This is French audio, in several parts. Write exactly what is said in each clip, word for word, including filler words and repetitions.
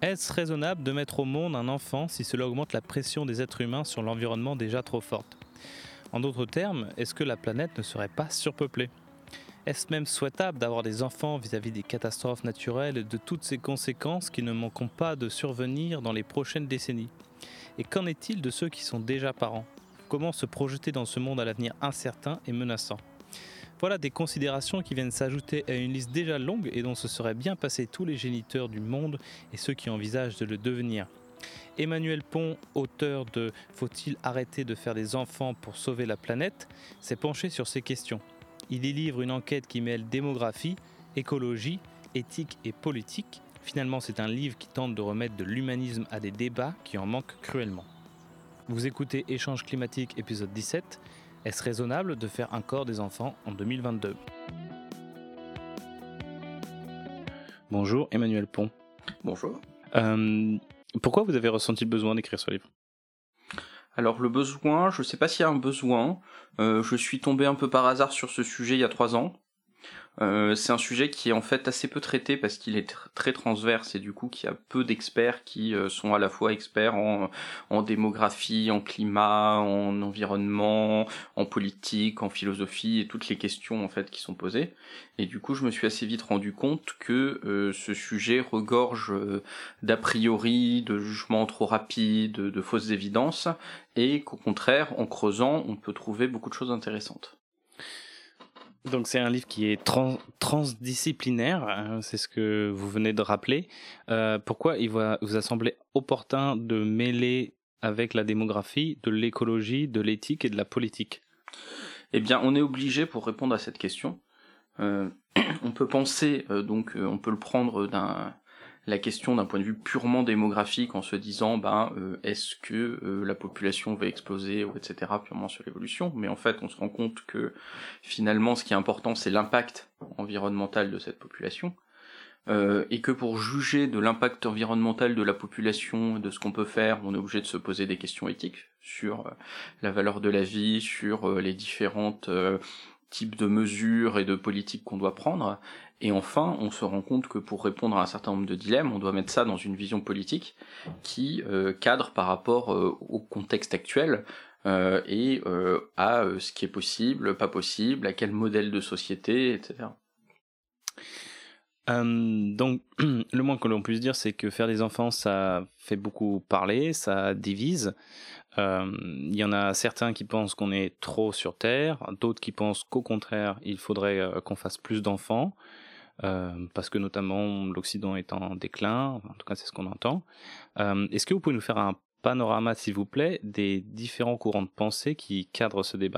Est-ce raisonnable de mettre au monde un enfant si cela augmente la pression des êtres humains sur l'environnement déjà trop forte ? En d'autres termes, est-ce que la planète ne serait pas surpeuplée ? Est-ce même souhaitable d'avoir des enfants vis-à-vis des catastrophes naturelles et de toutes ces conséquences qui ne manqueront pas de survenir dans les prochaines décennies ? Et qu'en est-il de ceux qui sont déjà parents ? Comment se projeter dans ce monde à l'avenir incertain et menaçant ? Voilà des considérations qui viennent s'ajouter à une liste déjà longue et dont se seraient bien passés tous les géniteurs du monde et ceux qui envisagent de le devenir. Emmanuel Pont, auteur de « Faut-il arrêter de faire des enfants pour sauver la planète ?», s'est penché sur ces questions. Il y livre une enquête qui mêle démographie, écologie, éthique et politique. Finalement, c'est un livre qui tente de remettre de l'humanisme à des débats qui en manquent cruellement. Vous écoutez Échange climatique, épisode dix-sept. Est-ce raisonnable de faire encore des enfants en deux mille vingt-deux ? Bonjour Emmanuel Pont. Bonjour. Euh, pourquoi vous avez ressenti le besoin d'écrire ce livre ? Alors le besoin, je ne sais pas s'il y a un besoin. Euh, je suis tombé un peu par hasard sur ce sujet il y a trois ans. Euh, c'est un sujet qui est en fait assez peu traité parce qu'il est tr- très transverse et du coup qu'il y a peu d'experts qui euh, sont à la fois experts en, en démographie, en climat, en environnement, en politique, en philosophie et toutes les questions en fait qui sont posées. Et du coup je me suis assez vite rendu compte que euh, ce sujet regorge euh, d'a priori, de jugements trop rapides, de, de fausses évidences et qu'au contraire en creusant on peut trouver beaucoup de choses intéressantes. Donc c'est un livre qui est trans- transdisciplinaire, hein, c'est ce que vous venez de rappeler. Euh, pourquoi il va, vous a semblé opportun de mêler avec la démographie, de l'écologie, de l'éthique et de la politique ? Eh bien, on est obligé pour répondre à cette question. Euh, on peut penser, euh, donc, euh, on peut le prendre d'un la question d'un point de vue purement démographique en se disant, ben, euh, est-ce que euh, la population va exploser, ou et cetera, purement sur l'évolution. Mais en fait, on se rend compte que finalement, ce qui est important, c'est l'impact environnemental de cette population. Euh, et que pour juger de l'impact environnemental de la population, de ce qu'on peut faire, on est obligé de se poser des questions éthiques sur euh, la valeur de la vie, sur euh, les différentes euh, types de mesures et de politiques qu'on doit prendre. Et enfin, on se rend compte que pour répondre à un certain nombre de dilemmes, on doit mettre ça dans une vision politique qui euh, cadre par rapport euh, au contexte actuel euh, et euh, à euh, ce qui est possible, pas possible, à quel modèle de société, et cetera. Euh, donc, le moins que l'on puisse dire, c'est que faire des enfants, ça fait beaucoup parler, ça divise. Euh, Il y en a certains qui pensent qu'on est trop sur Terre, d'autres qui pensent qu'au contraire, il faudrait euh, qu'on fasse plus d'enfants, euh, parce que notamment l'Occident est en déclin, en tout cas c'est ce qu'on entend. Euh, est-ce que vous pouvez nous faire un panorama, s'il vous plaît, des différents courants de pensée qui cadrent ce débat ?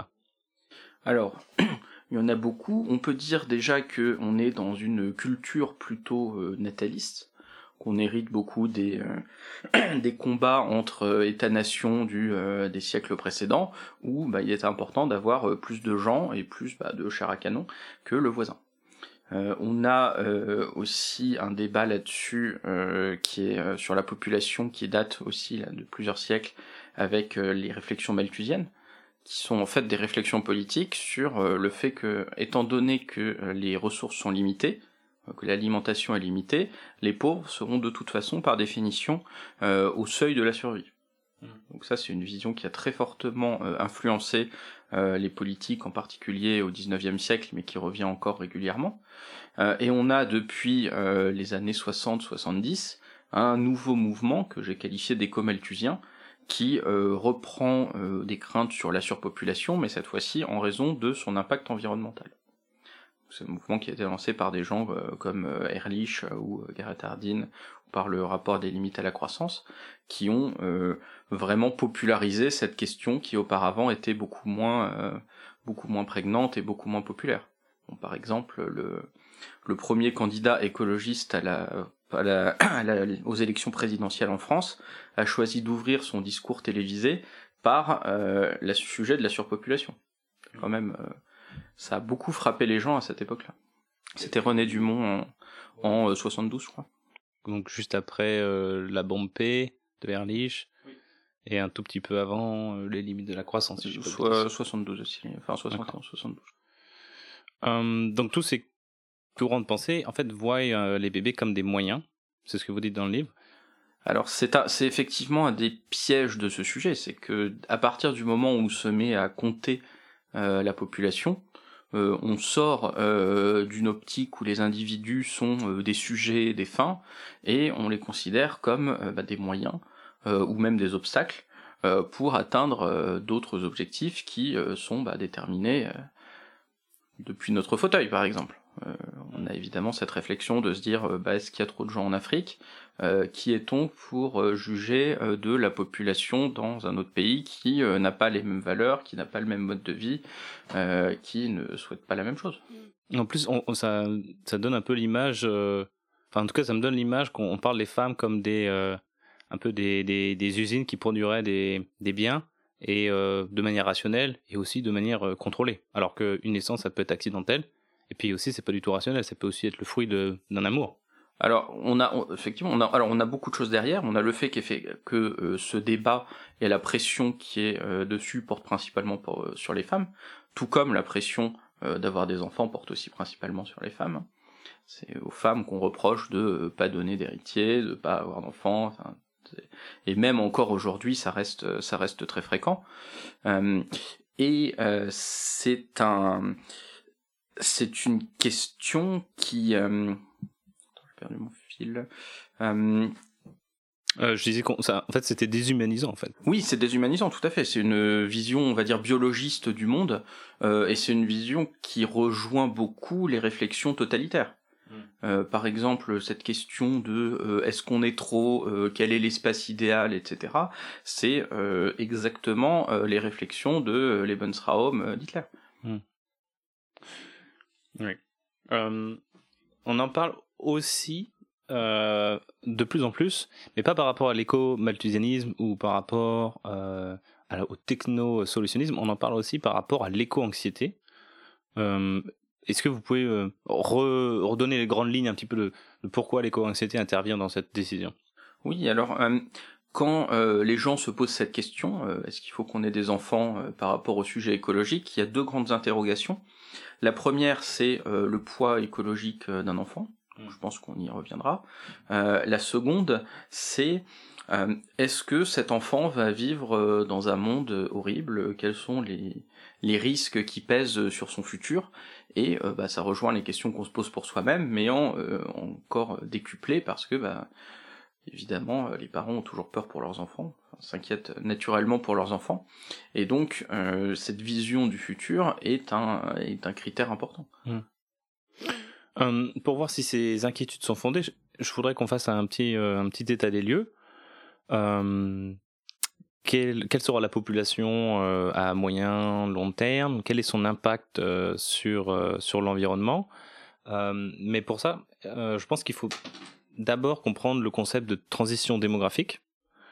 Alors, il y en a beaucoup. On peut dire déjà qu'on est dans une culture plutôt euh, nataliste, qu'on hérite beaucoup des, euh, des combats entre euh, États-nations du, euh, des siècles précédents, où bah, il est important d'avoir euh, plus de gens et plus bah, de chair à canon que le voisin. Euh, on a euh, aussi un débat là-dessus euh, qui est euh, sur la population, qui date aussi là, de plusieurs siècles, avec euh, les réflexions malthusiennes, qui sont en fait des réflexions politiques sur euh, le fait que, étant donné que euh, les ressources sont limitées, euh, que l'alimentation est limitée, les pauvres seront de toute façon, par définition, euh, au seuil de la survie. Mmh. Donc ça, c'est une vision qui a très fortement euh, influencé euh, les politiques, en particulier au dix-neuvième siècle, mais qui revient encore régulièrement. Euh, et on a depuis euh, les années soixante soixante-dix un nouveau mouvement que j'ai qualifié d'éco-malthusien, qui euh, reprend euh, des craintes sur la surpopulation, mais cette fois-ci en raison de son impact environnemental. C'est un mouvement qui a été lancé par des gens euh, comme euh, Ehrlich euh, ou euh, Garrett Hardin, ou par le rapport des limites à la croissance, qui ont euh, vraiment popularisé cette question qui auparavant était beaucoup moins, euh, beaucoup moins prégnante et beaucoup moins populaire. Bon, par exemple, le, le premier candidat écologiste à la À la, à la, aux élections présidentielles en France, a choisi d'ouvrir son discours télévisé par euh, le sujet de la surpopulation. Quand même, euh, ça a beaucoup frappé les gens à cette époque-là. C'était René Dumont en, en euh, soixante-douze, je crois. Donc juste après euh, la bombe P de Ehrlich, oui. Et un tout petit peu avant euh, les limites de la croissance. Si Soit soixante-douze aussi, enfin soixante et onze, soixante-douze. Euh, donc tous ces courants de pensée, en fait, voient euh, les bébés comme des moyens. C'est ce que vous dites dans le livre. Alors c'est, un, c'est effectivement un des pièges de ce sujet, c'est que à partir du moment où on se met à compter euh, la population, euh, on sort euh, d'une optique où les individus sont euh, des sujets, des fins, et on les considère comme euh, bah, des moyens euh, ou même des obstacles euh, pour atteindre euh, d'autres objectifs qui euh, sont bah, déterminés euh, depuis notre fauteuil, par exemple. Euh, on a évidemment cette réflexion de se dire euh, bah, est-ce qu'il y a trop de gens en Afrique ? Euh, qui est-on pour euh, juger euh, de la population dans un autre pays qui euh, n'a pas les mêmes valeurs, qui n'a pas le même mode de vie, euh, qui ne souhaite pas la même chose. En plus, on, on, ça, ça donne un peu l'image, euh, enfin en tout cas ça me donne l'image qu'on on parle des femmes comme des, euh, un peu des, des, des usines qui produiraient des, des biens, et euh, de manière rationnelle et aussi de manière euh, contrôlée. Alors qu'une naissance, ça peut être accidentelle, et puis aussi c'est pas du tout rationnel, ça peut aussi être le fruit de, d'un amour. Alors, on a on, effectivement, on a, alors on a beaucoup de choses derrière. On a le fait qu'effet, que euh, ce débat et la pression qui est euh, dessus porte principalement pour, euh, sur les femmes, tout comme la pression euh, d'avoir des enfants porte aussi principalement sur les femmes. C'est aux femmes qu'on reproche de euh, pas donner d'héritier, de pas avoir d'enfants. Enfin, et même encore aujourd'hui, ça reste, ça reste très fréquent. Euh, et euh, c'est un, c'est une question qui euh, perdu mon fil. Euh... Euh, je disais qu'on, ça, en fait, c'était déshumanisant, en fait. Oui, c'est déshumanisant, tout à fait. C'est une vision, on va dire, biologiste du monde, euh, et c'est une vision qui rejoint beaucoup les réflexions totalitaires. Mmh. Euh, par exemple, cette question de euh, est-ce qu'on est trop, euh, quel est l'espace idéal, et cetera. C'est euh, exactement euh, les réflexions de euh, Lebensraum d'Hitler. Mmh. Oui. Euh, on en parle aussi euh, de plus en plus, mais pas par rapport à l'éco-malthusianisme ou par rapport euh, à la, au techno-solutionnisme, on en parle aussi par rapport à l'éco-anxiété. Euh, est-ce que vous pouvez euh, re, redonner les grandes lignes un petit peu de, de pourquoi l'éco-anxiété intervient dans cette décision ? Oui, alors... Euh... Quand euh, les gens se posent cette question, euh, est-ce qu'il faut qu'on ait des enfants euh, par rapport au sujet écologique, il y a deux grandes interrogations. La première, c'est euh, le poids écologique euh, d'un enfant. Donc, je pense qu'on y reviendra. Euh, la seconde, c'est euh, est-ce que cet enfant va vivre euh, dans un monde horrible ? Quels sont les, les risques qui pèsent sur son futur ? Et euh, bah, ça rejoint les questions qu'on se pose pour soi-même, mais en euh, encore décuplé parce que... Bah, évidemment, les parents ont toujours peur pour leurs enfants, enfin, s'inquiètent naturellement pour leurs enfants, et donc euh, cette vision du futur est un, est un critère important. Mmh. Euh, pour voir si ces inquiétudes sont fondées, je, je voudrais qu'on fasse un petit, euh, un petit état des lieux. Euh, quelle, quelle sera la population euh, à moyen, long terme ? Quel est son impact euh, sur, euh, sur l'environnement ? euh, Mais pour ça, euh, je pense qu'il faut d'abord comprendre le concept de transition démographique.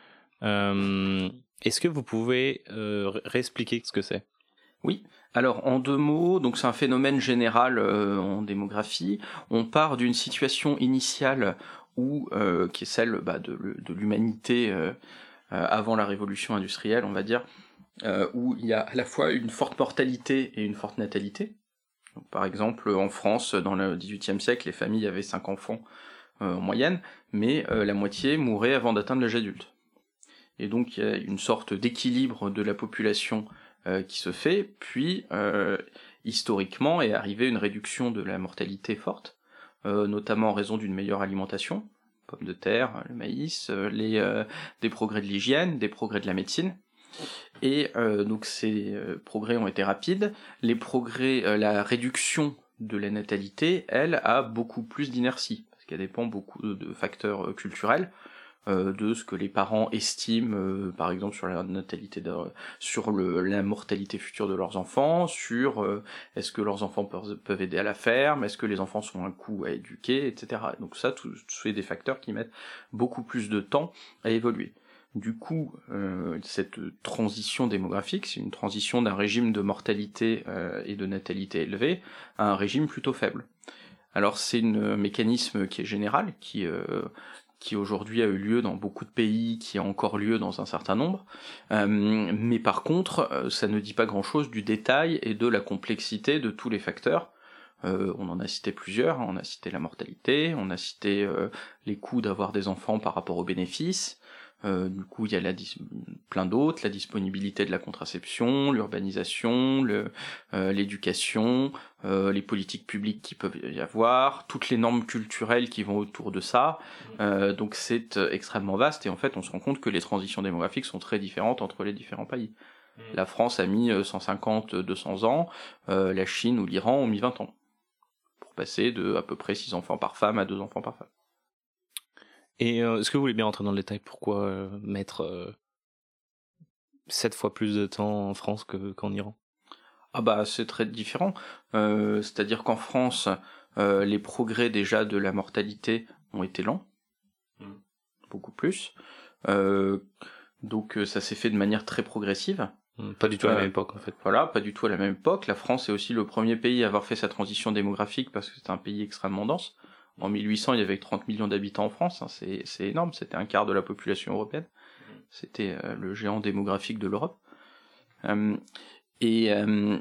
Euh, est-ce que vous pouvez euh, réexpliquer ce que c'est ? Oui, alors en deux mots, donc c'est un phénomène général euh, en démographie. On part d'une situation initiale où, euh, qui est celle bah, de, de l'humanité euh, euh, avant la révolution industrielle, on va dire, euh, où il y a à la fois une forte mortalité et une forte natalité. Donc, par exemple, en France, dans le dix-huitième siècle, les familles avaient cinq enfants Euh, en moyenne, mais euh, la moitié mourait avant d'atteindre l'âge adulte. Et donc il y a une sorte d'équilibre de la population euh, qui se fait, puis euh, historiquement est arrivée une réduction de la mortalité forte, euh, notamment en raison d'une meilleure alimentation, pommes de terre, le maïs, euh, les, euh, des progrès de l'hygiène, des progrès de la médecine. Et euh, donc ces euh, progrès ont été rapides. Les progrès, euh, la réduction de la natalité, elle, a beaucoup plus d'inertie. Qui dépend beaucoup de facteurs culturels, euh, de ce que les parents estiment, euh, par exemple sur la natalité, de, sur le, la mortalité future de leurs enfants, sur euh, est-ce que leurs enfants peuvent, peuvent aider à la ferme, est-ce que les enfants sont un coût à éduquer, et cetera. Donc ça, tout, c'est des facteurs qui mettent beaucoup plus de temps à évoluer. Du coup, euh, cette transition démographique, c'est une transition d'un régime de mortalité euh, et de natalité élevée à un régime plutôt faible. Alors c'est un mécanisme qui est général, qui, euh, qui aujourd'hui a eu lieu dans beaucoup de pays, qui a encore lieu dans un certain nombre, euh, mais par contre, ça ne dit pas grand-chose du détail et de la complexité de tous les facteurs Euh, on en a cité plusieurs, hein. On a cité la mortalité, on a cité euh, les coûts d'avoir des enfants par rapport aux bénéfices. Euh, du coup, il y a la dis- plein d'autres, la disponibilité de la contraception, l'urbanisation, le, euh, l'éducation, euh, les politiques publiques qui peuvent y avoir, toutes les normes culturelles qui vont autour de ça. Euh, donc c'est euh, extrêmement vaste et en fait, on se rend compte que les transitions démographiques sont très différentes entre les différents pays. La France a mis cent cinquante à deux cents ans, euh, la Chine ou l'Iran ont mis vingt ans, pour passer de à peu près six enfants par femme à deux enfants par femme. Et euh, est-ce que vous voulez bien rentrer dans le détail pourquoi euh, mettre euh, sept fois plus de temps en France que, qu'en Iran? Ah bah c'est très différent, euh, c'est-à-dire qu'en France, euh, les progrès déjà de la mortalité ont été lents, mmh. beaucoup plus, euh, donc ça s'est fait de manière très progressive. Pas du tout à euh, la même époque en fait. Voilà, pas du tout à la même époque. La France est aussi le premier pays à avoir fait sa transition démographique parce que c'est un pays extrêmement dense. En mille huit cents, il y avait trente millions d'habitants en France, hein, c'est, c'est énorme, c'était un quart de la population européenne. C'était euh, le géant démographique de l'Europe. Euh, et euh,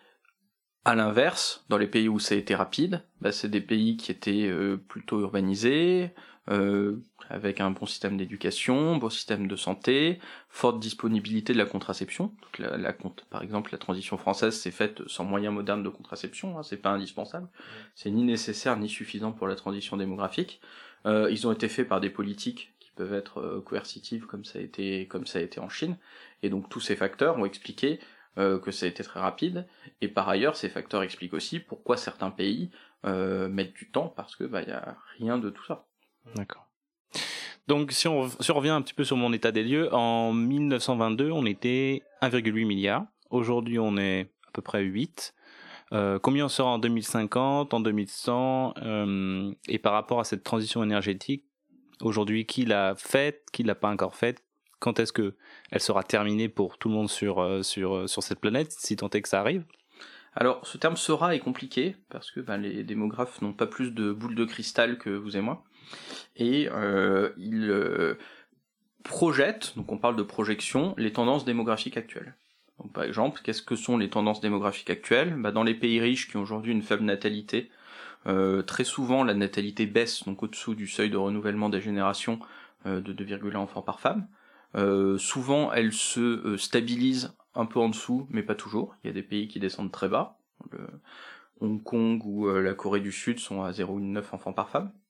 à l'inverse, dans les pays où ça a été rapide, bah, c'est des pays qui étaient euh, plutôt urbanisés, euh, avec un bon système d'éducation, bon système de santé, forte disponibilité de la contraception. Donc la, la, par exemple, la transition française s'est faite sans moyens modernes de contraception, hein, c'est pas indispensable, c'est ni nécessaire ni suffisant pour la transition démographique. Euh, ils ont été faits par des politiques qui peuvent être euh, coercitives, comme ça a été, comme ça a été en Chine, et donc tous ces facteurs ont expliqué euh, que ça a été très rapide. Et par ailleurs, ces facteurs expliquent aussi pourquoi certains pays euh, mettent du temps, parce que bah y a rien de tout ça. D'accord. Donc si on, si on revient un petit peu sur mon état des lieux, en mille neuf cent vingt-deux, on était un virgule huit milliard. Aujourd'hui, on est à peu près huit. Euh, combien on sera en deux mille cinquante, en deux mille cent euh, et par rapport à cette transition énergétique, aujourd'hui, qui l'a faite, qui l'a pas encore faite, quand est-ce que elle sera terminée pour tout le monde sur, euh, sur, sur cette planète, si tant est que ça arrive? Alors, ce terme sera est compliqué, parce que ben, les démographes n'ont pas plus de boules de cristal que vous et moi, et euh, ils euh, projettent, donc on parle de projection, les tendances démographiques actuelles. Donc, par exemple, qu'est-ce que sont les tendances démographiques actuelles? Bah, dans les pays riches qui ont aujourd'hui une faible natalité, euh, très souvent la natalité baisse, donc au-dessous du seuil de renouvellement des générations euh, de deux virgule un enfants par femme. Euh, souvent elle se euh, stabilise un peu en dessous, mais pas toujours. Il y a des pays qui descendent très bas. Le Hong Kong ou euh, la Corée du Sud sont à zéro virgule neuf enfants par femme.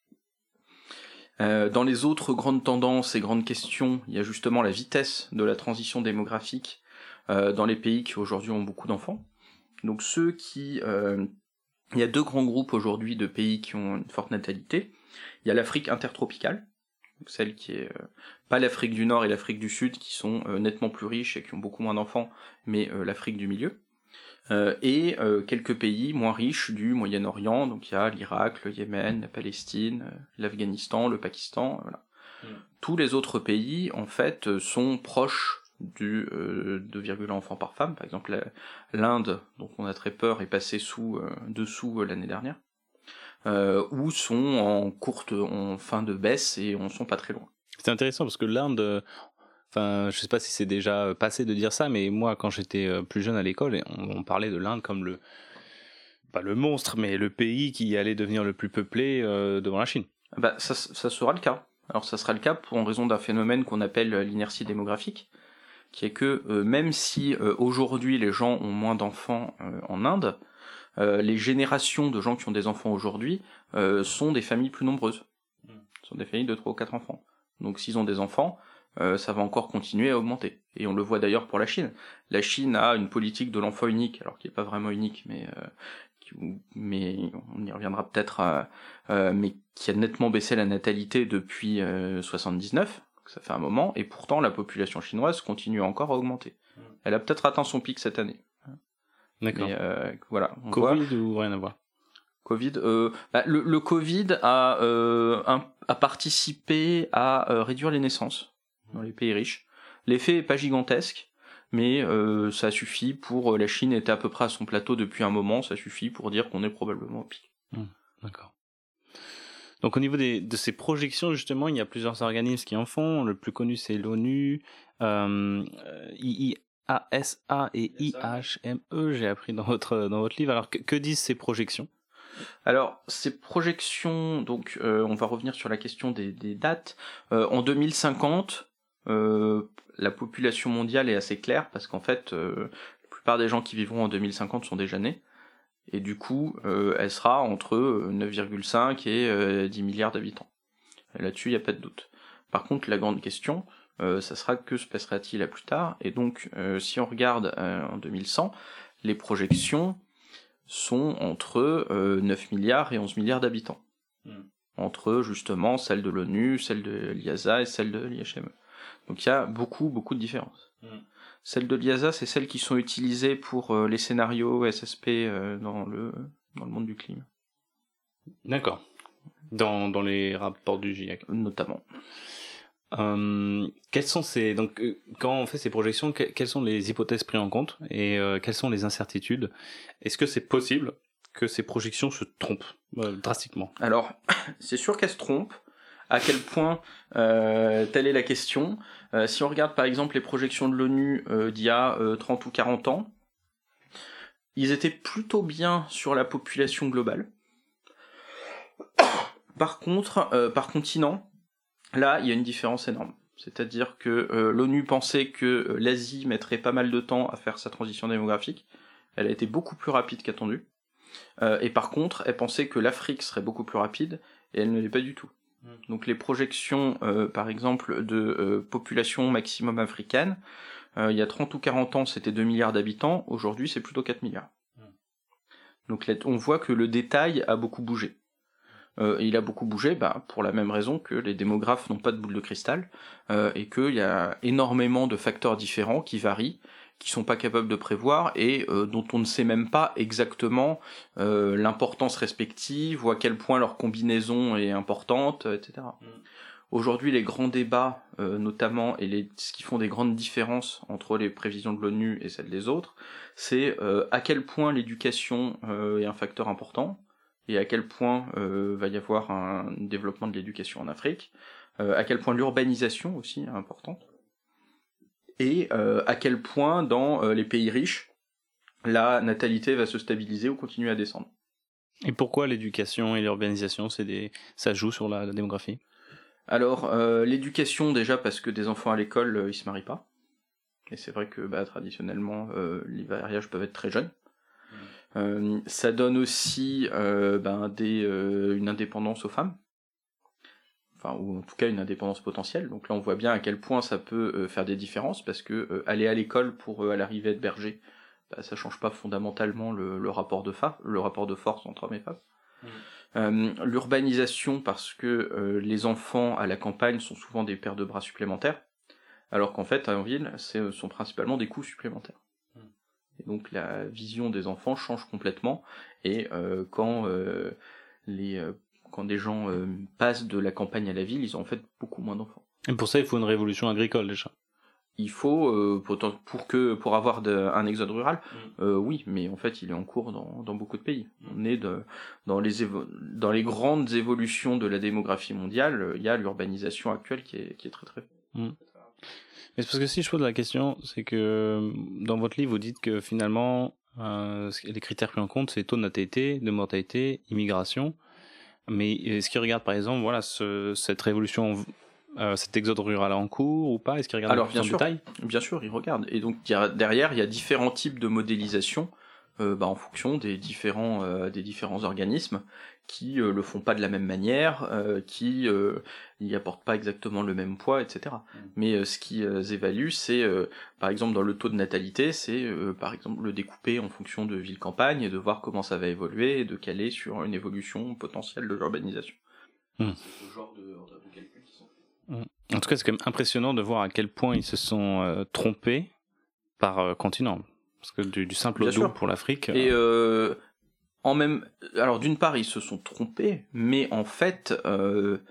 Euh, dans les autres grandes tendances et grandes questions, il y a justement la vitesse de la transition démographique euh, dans les pays qui aujourd'hui ont beaucoup d'enfants. Donc ceux qui... Euh, il y a deux grands groupes aujourd'hui de pays qui ont une forte natalité. Il y a l'Afrique intertropicale, donc celle qui est euh, pas l'Afrique du Nord et l'Afrique du Sud qui sont euh, nettement plus riches et qui ont beaucoup moins d'enfants, mais euh, l'Afrique du milieu. Euh, et euh, quelques pays moins riches du Moyen-Orient, donc il y a l'Irak, le Yémen, la Palestine, euh, l'Afghanistan, le Pakistan, voilà. Mmh. Tous les autres pays, en fait, sont proches du euh, deux virgule un enfants par femme. Par exemple, la, l'Inde, dont on a très peur, est passée sous, euh, dessous euh, l'année dernière, euh, ou sont en courte, en fin de baisse et on sont pas très loin. C'est intéressant parce que l'Inde... Enfin, je sais pas si c'est déjà passé de dire ça, mais moi, quand j'étais plus jeune à l'école, on, on parlait de l'Inde comme le, pas le monstre, mais le pays qui allait devenir le plus peuplé euh, devant la Chine. Bah, ça, ça sera le cas. Alors, ça sera le cas pour en raison d'un phénomène qu'on appelle l'inertie démographique, qui est que euh, même si euh, aujourd'hui les gens ont moins d'enfants euh, en Inde, euh, les générations de gens qui ont des enfants aujourd'hui euh, sont des familles plus nombreuses. Mm. Sont des familles de trois ou quatre enfants. Donc, s'ils ont des enfants, Euh, ça va encore continuer à augmenter. Et on le voit d'ailleurs pour la Chine. La Chine a une politique de l'enfant unique, alors qui n'est pas vraiment unique, mais, euh, qui, mais on y reviendra peut-être, euh, euh, mais qui a nettement baissé la natalité depuis euh, soixante-dix-neuf, ça fait un moment, et pourtant la population chinoise continue encore à augmenter. Elle a peut-être atteint son pic cette année. D'accord. Mais euh, voilà, on Covid voit, ou rien à voir? Covid, euh, bah, le, le Covid a, euh, un, a participé à euh, réduire les naissances dans les pays riches. L'effet est pas gigantesque, mais euh, ça suffit pour... La Chine était à peu près à son plateau depuis un moment, ça suffit pour dire qu'on est probablement au pic. Mmh, d'accord. Donc au niveau des, de ces projections, justement, il y a plusieurs organismes qui en font. Le plus connu, c'est l'ONU. Euh, il, il, A S A et I H M E, j'ai appris dans votre, dans votre livre. Alors, que, que disent ces projections ? Alors, ces projections, donc, euh, on va revenir sur la question des, des dates. Euh, en deux mille cinquante, euh, la population mondiale est assez claire, parce qu'en fait, euh, la plupart des gens qui vivront en deux mille cinquante sont déjà nés. Et du coup, euh, elle sera entre neuf virgule cinq et euh, dix milliards d'habitants. Et là-dessus, il n'y a pas de doute. Par contre, la grande question, euh, ça sera que se passera-t-il à plus tard. Et donc, euh, si on regarde euh, en deux mille cent, les projections sont entre euh, neuf milliards et onze milliards d'habitants. Mm. Entre justement celles de l'ONU, celles de l'I A S A et celles de l'I H M E. Donc il y a beaucoup, beaucoup de différences. Mm. Celles de l'I A S A, c'est celles qui sont utilisées pour euh, les scénarios S S P euh, dans, le, dans le monde du climat. D'accord. Dans, dans les rapports du GIEC. Notamment. Euh, quelles sont ces, donc, euh, quand on fait ces projections, que, quelles sont les hypothèses prises en compte et euh, quelles sont les incertitudes ? Est-ce que c'est possible que ces projections se trompent euh, drastiquement ? Alors, c'est sûr qu'elles se trompent. À quel point, euh, telle est la question. Euh, si on regarde par exemple les projections de l'ONU euh, d'il y a euh, trente ou quarante ans, ils étaient plutôt bien sur la population globale. Par contre, euh, par continent, là, il y a une différence énorme. C'est-à-dire que euh, l'ONU pensait que euh, l'Asie mettrait pas mal de temps à faire sa transition démographique. Elle a été beaucoup plus rapide qu'attendu. Euh, et par contre, elle pensait que l'Afrique serait beaucoup plus rapide, et elle ne l'est pas du tout. Mmh. Donc les projections, euh, par exemple, de euh, population maximum africaine, euh, il y a trente ou quarante ans, c'était deux milliards d'habitants. Aujourd'hui, c'est plutôt quatre milliards. Mmh. Donc là, on voit que le détail a beaucoup bougé. Euh, et il a beaucoup bougé bah, pour la même raison que les démographes n'ont pas de boule de cristal euh, et qu'il y a énormément de facteurs différents qui varient, qui sont pas capables de prévoir et euh, dont on ne sait même pas exactement euh, l'importance respective ou à quel point leur combinaison est importante, et cetera. Mm. Aujourd'hui, les grands débats, euh, notamment, et les, ce qui font des grandes différences entre les prévisions de l'ONU et celles des autres, c'est euh, à quel point l'éducation euh, est un facteur important, et à quel point euh, va y avoir un développement de l'éducation en Afrique, euh, à quel point l'urbanisation aussi est importante, et euh, à quel point dans euh, les pays riches, la natalité va se stabiliser ou continuer à descendre. Et pourquoi l'éducation et l'urbanisation, c'est des... ça joue sur la, la démographie ? Alors, euh, l'éducation déjà parce que des enfants à l'école, euh, ils se marient pas. Et c'est vrai que bah, traditionnellement, euh, les mariages peuvent être très jeunes. Euh, ça donne aussi euh, ben, des, euh, une indépendance aux femmes, enfin ou en tout cas une indépendance potentielle. Donc là on voit bien à quel point ça peut euh, faire des différences parce que euh, aller à l'école pour euh, à l'arrivée être berger, bah, ça change pas fondamentalement le, le rapport de fa- le rapport de force entre hommes et femmes. Mmh. Euh, l'urbanisation parce que euh, les enfants à la campagne sont souvent des paires de bras supplémentaires, alors qu'en fait en ville ce sont principalement des coûts supplémentaires. Et donc la vision des enfants change complètement. Et euh, quand euh, les euh, quand des gens euh, passent de la campagne à la ville, ils ont en fait beaucoup moins d'enfants. Et pour ça, il faut une révolution agricole déjà. Il faut euh, pour, pour que pour avoir de, un exode rural, mmh. euh, oui, mais en fait il est en cours dans, dans beaucoup de pays. Mmh. On est de, dans les évo- dans les grandes évolutions de la démographie mondiale, il y a l'urbanisation actuelle qui est qui est très très. Mmh. Mais c'est parce que si je pose la question, c'est que dans votre livre, vous dites que finalement, euh, les critères pris en compte, c'est taux de natalité, de mortalité, immigration. Mais est-ce qu'ils regardent par exemple, voilà, ce, cette révolution, euh, cet exode rural en cours ou pas ? Est-ce qu'ils regardent Alors, plus bien en sûr, détail ? Bien sûr, ils regardent. Et donc derrière, il y a différents types de modélisation euh, bah, en fonction des différents euh, des différents organismes qui euh, le font pas de la même manière, euh, qui euh, n'y apportent pas exactement le même poids, et cetera. Mmh. Mais euh, ce qu'ils euh, évaluent, c'est euh, par exemple dans le taux de natalité, c'est euh, par exemple le découper en fonction de ville-campagne et de voir comment ça va évoluer et de caler sur une évolution potentielle de l'urbanisation. Mmh. C'est ce genre de, de calculs qui sont faits. Mmh. En tout cas, c'est quand même impressionnant de voir à quel point ils se sont euh, trompés par euh, continent. Parce que du, du simple au double pour l'Afrique. Et euh, en même, alors d'une part ils se sont trompés, mais en fait, euh,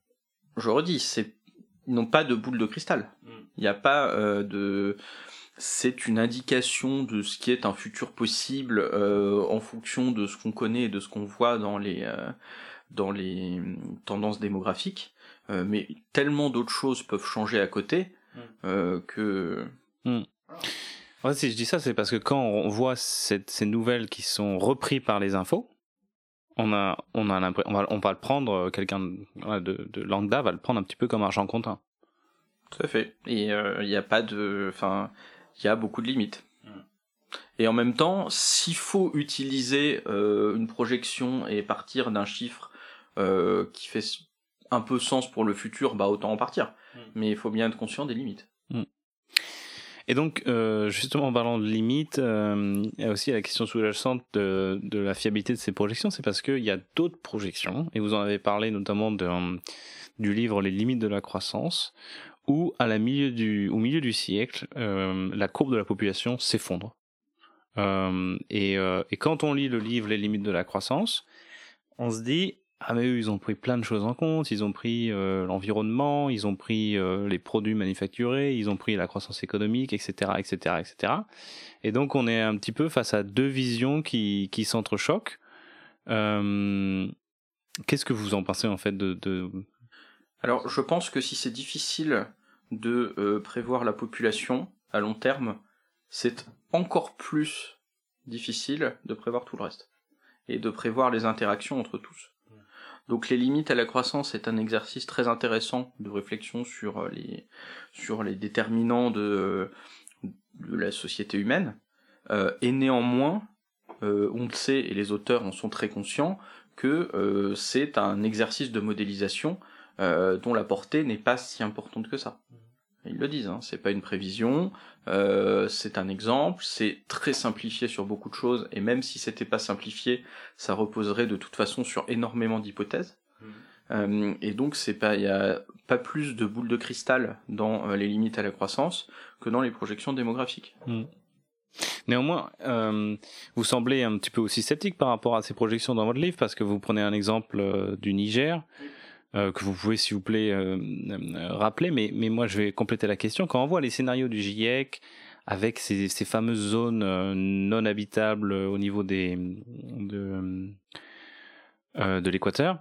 je redis, c'est, ils n'ont pas de boule de cristal. Il n'y a pas euh, de, c'est une indication de ce qui est un futur possible euh, en fonction de ce qu'on connaît et de ce qu'on voit dans les euh, dans les tendances démographiques. Euh, mais tellement d'autres choses peuvent changer à côté euh, que. Mm. En fait, si je dis ça, c'est parce que quand on voit cette, ces nouvelles qui sont reprises par les infos, on a, on a l'impression, on va, on va le prendre, quelqu'un de, de, de lambda va le prendre un petit peu comme argent comptant. Tout à fait. Et il euh, n'y a pas de, enfin, il y a beaucoup de limites. Mm. Et en même temps, s'il faut utiliser euh, une projection et partir d'un chiffre euh, qui fait un peu sens pour le futur, bah autant en partir. Mm. Mais il faut bien être conscient des limites. Mm. Et donc, euh, justement, en parlant de limites, euh, il y a aussi la question sous-jacente de, de la fiabilité de ces projections, c'est parce qu'il y a d'autres projections, et vous en avez parlé notamment de, du livre Les limites de la croissance, où à la milieu du, au milieu du siècle, euh, la courbe de la population s'effondre. Euh, et, euh, et quand on lit le livre Les limites de la croissance, on se dit... Ah mais eux, ils ont pris plein de choses en compte, ils ont pris euh, l'environnement, ils ont pris euh, les produits manufacturés, ils ont pris la croissance économique, et cetera, et cetera, et cetera. Et donc on est un petit peu face à deux visions qui, qui s'entrechoquent. Euh, qu'est-ce que vous en pensez en fait de, de... Alors je pense que si c'est difficile de euh, prévoir la population à long terme, c'est encore plus difficile de prévoir tout le reste et de prévoir les interactions entre tous. Donc les limites à la croissance est un exercice très intéressant de réflexion sur les, sur les déterminants de, de la société humaine, euh, et néanmoins, euh, on le sait, et les auteurs en sont très conscients, que euh, c'est un exercice de modélisation euh, dont la portée n'est pas si importante que ça. Ils le disent, hein, c'est pas une prévision, euh, c'est un exemple, c'est très simplifié sur beaucoup de choses, et même si c'était pas simplifié, ça reposerait de toute façon sur énormément d'hypothèses. Mmh. Euh, et donc c'est pas, il y a pas plus de boules de cristal dans euh, les limites à la croissance que dans les projections démographiques. Mmh. Néanmoins, euh, vous semblez un petit peu aussi sceptique par rapport à ces projections dans votre livre, parce que vous prenez un exemple euh, du Niger. Euh, que vous pouvez s'il vous plaît euh, euh, rappeler, mais, mais moi je vais compléter la question. Quand on voit les scénarios du GIEC avec ces, ces fameuses zones euh, non habitables au niveau des, de, euh, de l'équateur,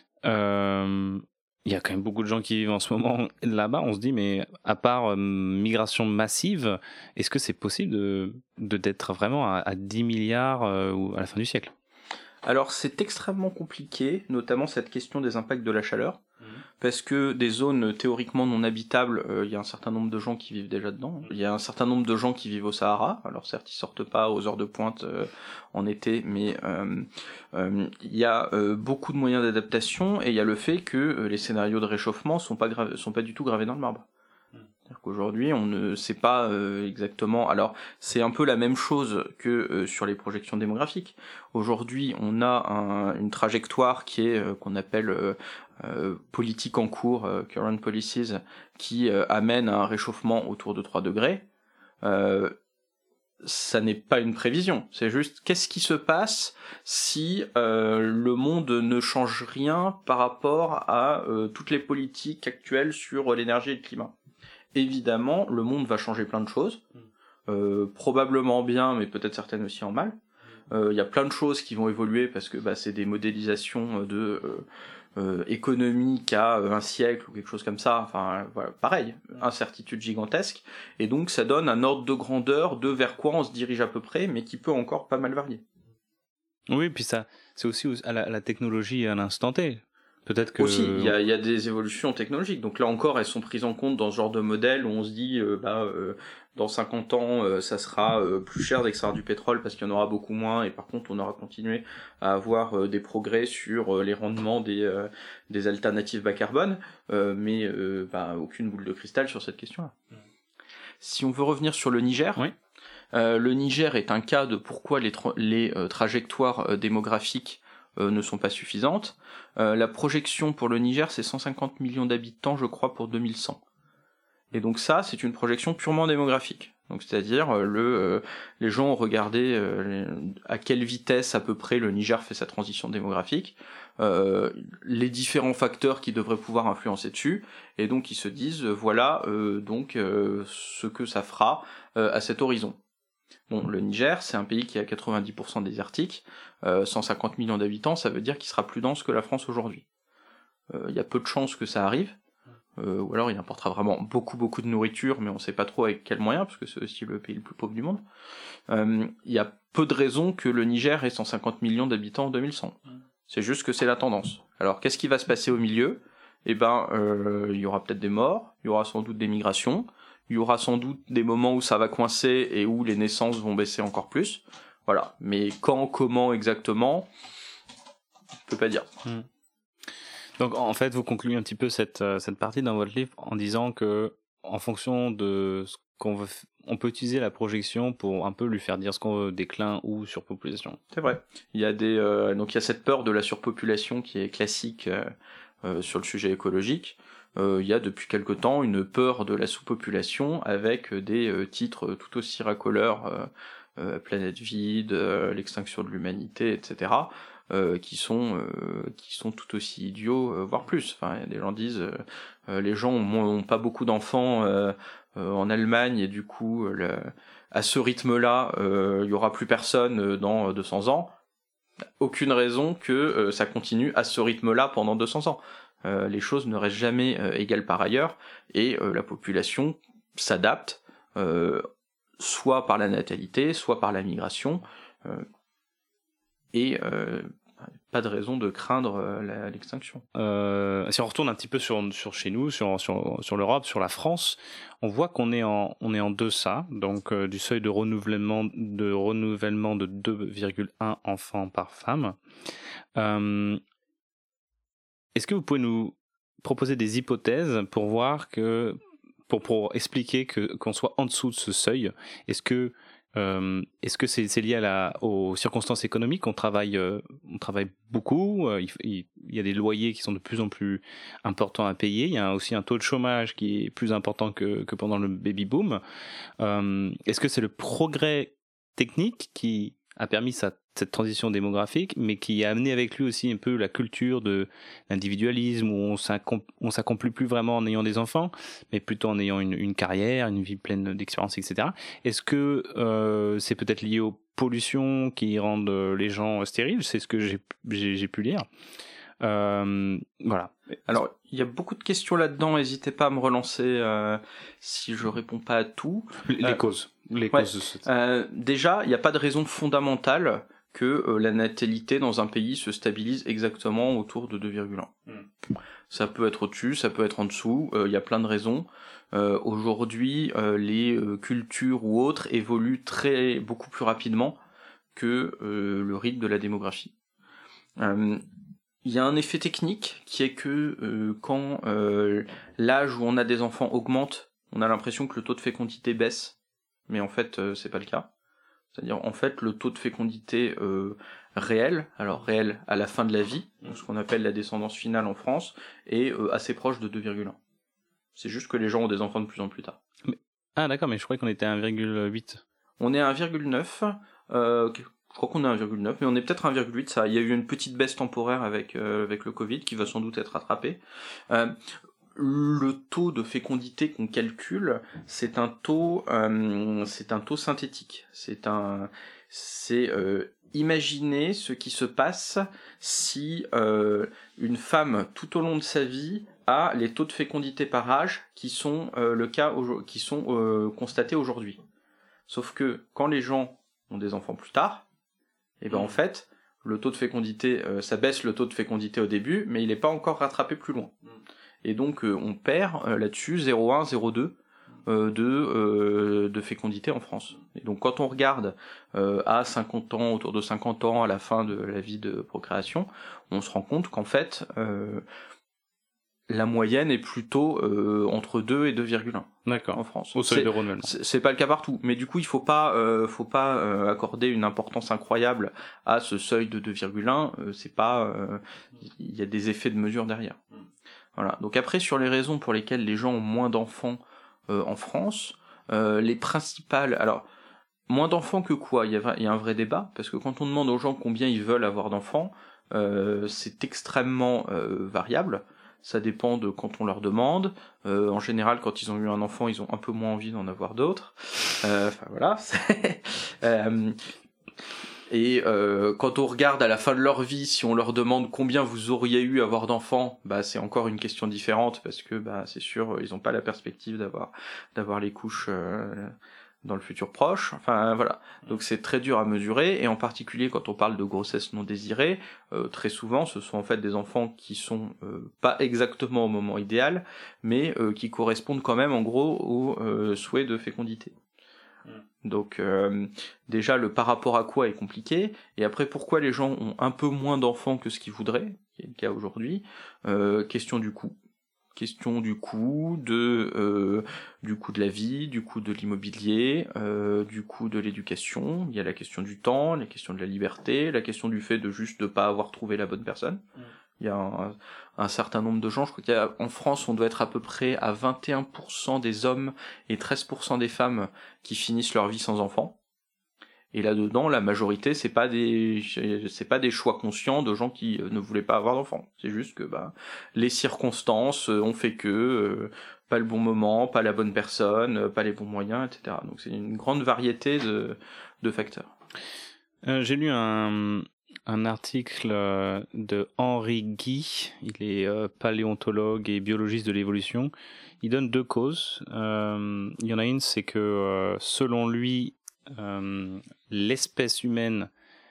euh, il y a quand même beaucoup de gens qui vivent en ce moment là-bas. On se dit, mais à part euh, migration massive, est-ce que c'est possible de, de, d'être vraiment à, à dix milliards euh, à la fin du siècle ? Alors c'est extrêmement compliqué, notamment cette question des impacts de la chaleur, mmh. parce que des zones théoriquement non habitables, il euh, y a un certain nombre de gens qui vivent déjà dedans. Il y a un certain nombre de gens qui vivent au Sahara, alors certes ils sortent pas aux heures de pointe euh, en été, mais il euh, euh, y a euh, beaucoup de moyens d'adaptation, et il y a le fait que euh, les scénarios de réchauffement sont pas, gra- sont pas du tout gravés dans le marbre. C'est-à-dire qu'aujourd'hui, on ne sait pas euh, exactement... Alors, c'est un peu la même chose que euh, sur les projections démographiques. Aujourd'hui, on a un, une trajectoire qui est euh, qu'on appelle euh, euh, politique en cours, euh, current policies, qui euh, amène à un réchauffement autour de trois degrés. Euh, ça n'est pas une prévision, c'est juste qu'est-ce qui se passe si euh, le monde ne change rien par rapport à euh, toutes les politiques actuelles sur l'énergie et le climat. Évidemment, le monde va changer plein de choses, euh, probablement bien, mais peut-être certaines aussi en mal. Il euh, y a plein de choses qui vont évoluer parce que bah, c'est des modélisations de euh, euh, économiques à un siècle ou quelque chose comme ça. Enfin, voilà, pareil, incertitude gigantesque. Et donc, ça donne un ordre de grandeur de vers quoi on se dirige à peu près, mais qui peut encore pas mal varier. Oui, puis ça, c'est aussi à la, à la technologie à l'instant T. Peut-être que... Aussi, il y a, y a des évolutions technologiques. Donc là encore, elles sont prises en compte dans ce genre de modèle où on se dit, euh, bah, euh, dans cinquante ans, euh, ça sera euh, plus cher d'extraire du pétrole parce qu'il y en aura beaucoup moins. Et par contre, on aura continué à avoir euh, des progrès sur euh, les rendements des, euh, des alternatives bas carbone. Euh, mais euh, bah, aucune boule de cristal sur cette question-là. Mmh. Si on veut revenir sur le Niger... Oui. Euh, le Niger est un cas de pourquoi les, tra- les euh, trajectoires euh, démographiques euh, ne sont pas suffisantes. Euh, la projection pour le Niger, c'est cent cinquante millions d'habitants, je crois, pour deux mille cent. Et donc ça, c'est une projection purement démographique. Donc c'est-à-dire euh, le, euh, les gens ont regardé euh, les, à quelle vitesse à peu près le Niger fait sa transition démographique, euh, les différents facteurs qui devraient pouvoir influencer dessus, et donc ils se disent euh, voilà euh, donc euh, ce que ça fera euh, à cet horizon. Bon, le Niger, c'est un pays qui est à quatre-vingt-dix pour cent désertique, euh, cent cinquante millions d'habitants, ça veut dire qu'il sera plus dense que la France aujourd'hui. Il euh, y a peu de chances que ça arrive, euh, ou alors il importera vraiment beaucoup beaucoup de nourriture, mais on sait pas trop avec quels moyens, parce que c'est aussi le pays le plus pauvre du monde. Euh, il y a peu de raisons que le Niger ait cent cinquante millions d'habitants en deux mille cent. C'est juste que c'est la tendance. Alors qu'est-ce qui va se passer au milieu ? Eh ben, euh, il y aura peut-être des morts, il y aura sans doute des migrations, il y aura sans doute des moments où ça va coincer et où les naissances vont baisser encore plus. Voilà. Mais quand, comment exactement, je peux pas dire. Mmh. Donc en fait, vous concluez un petit peu cette, cette partie dans votre livre en disant que en fonction de ce qu'on veut, on peut utiliser la projection pour un peu lui faire dire ce qu'on veut, déclin ou surpopulation. C'est vrai. Il y a des euh, donc il y a cette peur de la surpopulation qui est classique euh, euh, sur le sujet écologique. Euh, il y a depuis quelque temps une peur de la sous-population avec des euh, titres tout aussi racoleurs, euh, euh, planète vide, euh, l'extinction de l'humanité, et cetera. Euh, qui sont euh, qui sont tout aussi idiots, euh, voire plus. Enfin, il y a des gens qui disent euh, euh, les gens ont, ont pas beaucoup d'enfants euh, euh, en Allemagne et du coup, le, à ce rythme-là, euh, il y aura plus personne dans deux cents ans. Aucune raison que euh, ça continue à ce rythme-là pendant deux cents ans. Euh, les choses ne restent jamais euh, égales par ailleurs et euh, la population s'adapte, euh, soit par la natalité, soit par la migration. Euh, et euh, pas de raison de craindre euh, la, l'extinction. Euh, si on retourne un petit peu sur, sur chez nous, sur, sur, sur l'Europe, sur la France, on voit qu'on est en, on est en deçà donc, euh, du seuil de renouvellement de, renouvellement de deux virgule un enfants par femme. Euh, est-ce que vous pouvez nous proposer des hypothèses pour voir que, pour, pour expliquer que, qu'on soit en dessous de ce seuil? Est-ce que Euh, est-ce que c'est, c'est lié à la, aux circonstances économiques ? On travaille, euh, on travaille beaucoup, euh, il, il, il y a des loyers qui sont de plus en plus importants à payer, il y a aussi un taux de chômage qui est plus important que, que pendant le baby-boom. Euh, est-ce que c'est le progrès technique qui a permis sa, cette transition démographique, mais qui a amené avec lui aussi un peu la culture de l'individualisme, où on s'accom- on s'accomplit plus vraiment en ayant des enfants, mais plutôt en ayant une, une carrière, une vie pleine d'expériences, et cetera. Est-ce que euh, c'est peut-être lié aux pollutions qui rendent les gens stériles ? C'est ce que j'ai, j'ai, j'ai pu lire. Euh, voilà. Alors, il y a beaucoup de questions là-dedans, n'hésitez pas à me relancer euh, si je réponds pas à tout. Les euh, causes. Les ouais, causes de ce... euh, déjà, il n'y a pas de raison fondamentale que euh, la natalité dans un pays se stabilise exactement autour de deux virgule un. Mm. Ça peut être au-dessus, ça peut être en dessous, il euh, y a plein de raisons. Euh, aujourd'hui, euh, les euh, cultures ou autres évoluent très beaucoup plus rapidement que euh, le rythme de la démographie. Euh, Il y a un effet technique qui est que euh, quand euh, l'âge où on a des enfants augmente, on a l'impression que le taux de fécondité baisse, mais en fait euh, c'est pas le cas. C'est-à-dire en fait le taux de fécondité euh, réel, alors réel à la fin de la vie, ce qu'on appelle la descendance finale en France, est euh, assez proche de deux virgule un. C'est juste que les gens ont des enfants de plus en plus tard. Mais... Ah d'accord, mais je croyais qu'on était à un virgule huit. On est à un virgule neuf. Euh, Je crois qu'on est à un virgule neuf, mais on est peut-être à un virgule huit. Ça, il y a eu une petite baisse temporaire avec euh, avec le Covid qui va sans doute être rattrapée. Euh, le taux de fécondité qu'on calcule, c'est un taux, euh, c'est un taux synthétique. C'est un, c'est euh, imaginer ce qui se passe si euh, une femme tout au long de sa vie a les taux de fécondité par âge qui sont euh, le cas, qui sont euh, constatés aujourd'hui. Sauf que quand les gens ont des enfants plus tard, et ben mmh. en fait, le taux de fécondité, euh, ça baisse le taux de fécondité au début, mais il n'est pas encore rattrapé plus loin. Mmh. Et donc euh, on perd euh, là-dessus zéro virgule un, zéro virgule deux euh, de, euh, de fécondité en France. Et donc quand on regarde euh, à cinquante ans, autour de cinquante ans, à la fin de la vie de procréation, on se rend compte qu'en fait, euh, la moyenne est plutôt euh, entre deux et deux virgule un. D'accord. En France. Au seuil de renouvellement. C'est, c'est pas le cas partout, mais du coup il faut pas, euh, faut pas euh, accorder une importance incroyable à ce seuil de deux virgule un. Euh, c'est pas, il euh, y a des effets de mesure derrière. Voilà. Donc après sur les raisons pour lesquelles les gens ont moins d'enfants euh, en France, euh, les principales, alors moins d'enfants que quoi ? Il y a, il y a un vrai débat parce que quand on demande aux gens combien ils veulent avoir d'enfants, euh, c'est extrêmement euh, variable. Ça dépend de quand on leur demande. Euh, en général, quand ils ont eu un enfant, ils ont un peu moins envie d'en avoir d'autres. Euh, enfin voilà. euh, Et euh, quand on regarde à la fin de leur vie, si on leur demande combien vous auriez eu à avoir d'enfants, bah c'est encore une question différente parce que bah c'est sûr ils n'ont pas la perspective d'avoir d'avoir les couches euh, dans le futur proche. Enfin voilà, donc c'est très dur à mesurer et en particulier quand on parle de grossesse non désirée, euh, très souvent ce sont en fait des enfants qui sont euh, pas exactement au moment idéal, mais euh, qui correspondent quand même en gros au euh, souhait de fécondité. Donc euh, déjà le par rapport à quoi est compliqué, et après pourquoi les gens ont un peu moins d'enfants que ce qu'ils voudraient, qui est le cas aujourd'hui, euh, question du coût. Question du coût, de, euh, du coût de la vie, du coût de l'immobilier, euh, du coût de l'éducation, il y a la question du temps, la question de la liberté, la question du fait de juste de pas avoir trouvé la bonne personne. Mmh. Il y a un, un certain nombre de gens, je crois qu'il y a, en France, on doit être à peu près à vingt et un pour cent des hommes et treize pour cent des femmes qui finissent leur vie sans enfants. Et là-dedans, la majorité, c'est pas des, c'est pas des choix conscients de gens qui ne voulaient pas avoir d'enfants. C'est juste que, bah, les circonstances ont fait que, euh, pas le bon moment, pas la bonne personne, pas les bons moyens, et cetera. Donc c'est une grande variété de, de facteurs. Euh, j'ai lu un, un article de Henri Guy, il est euh, paléontologue et biologiste de l'évolution. Il donne deux causes. Euh, il y en a une, c'est que euh, selon lui, euh, l'espèce humaine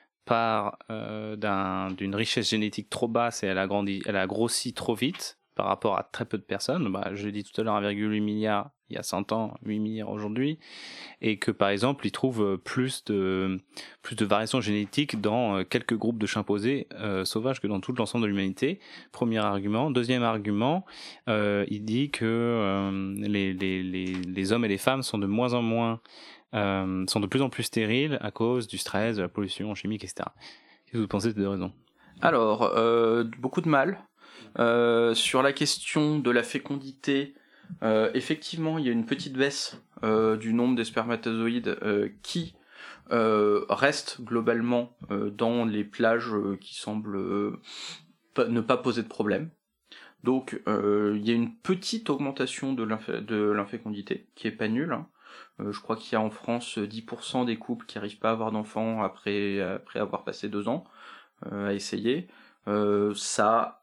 part euh, d'un, d'une richesse génétique trop basse et elle a, grandi, elle a grossi trop vite par rapport à très peu de personnes. Bah, je l'ai dit tout à l'heure, un virgule huit milliard il y a cent ans, huit milliards aujourd'hui, et que par exemple, ils trouvent plus de, plus de variations génétiques dans quelques groupes de chimpanzés euh, sauvages que dans tout l'ensemble de l'humanité. Premier argument. Deuxième argument, euh, il dit que euh, les, les, les, les hommes et les femmes sont de moins en moins Euh, sont de plus en plus stériles à cause du stress, de la pollution chimique, et cetera. Qu'est-ce que vous pensez de ces deux raisons ? Alors, euh, beaucoup de mal. Euh, sur la question de la fécondité, euh, effectivement, il y a une petite baisse euh, du nombre des spermatozoïdes euh, qui euh, restent globalement euh, dans les plages euh, qui semblent euh, pa- ne pas poser de problème. Donc, euh, il y a une petite augmentation de, l'inf- de l'infécondité, qui est pas nulle, hein. Euh, je crois qu'il y a en France dix pour cent des couples qui n'arrivent pas à avoir d'enfants après, après avoir passé deux ans euh, à essayer. Euh, ça,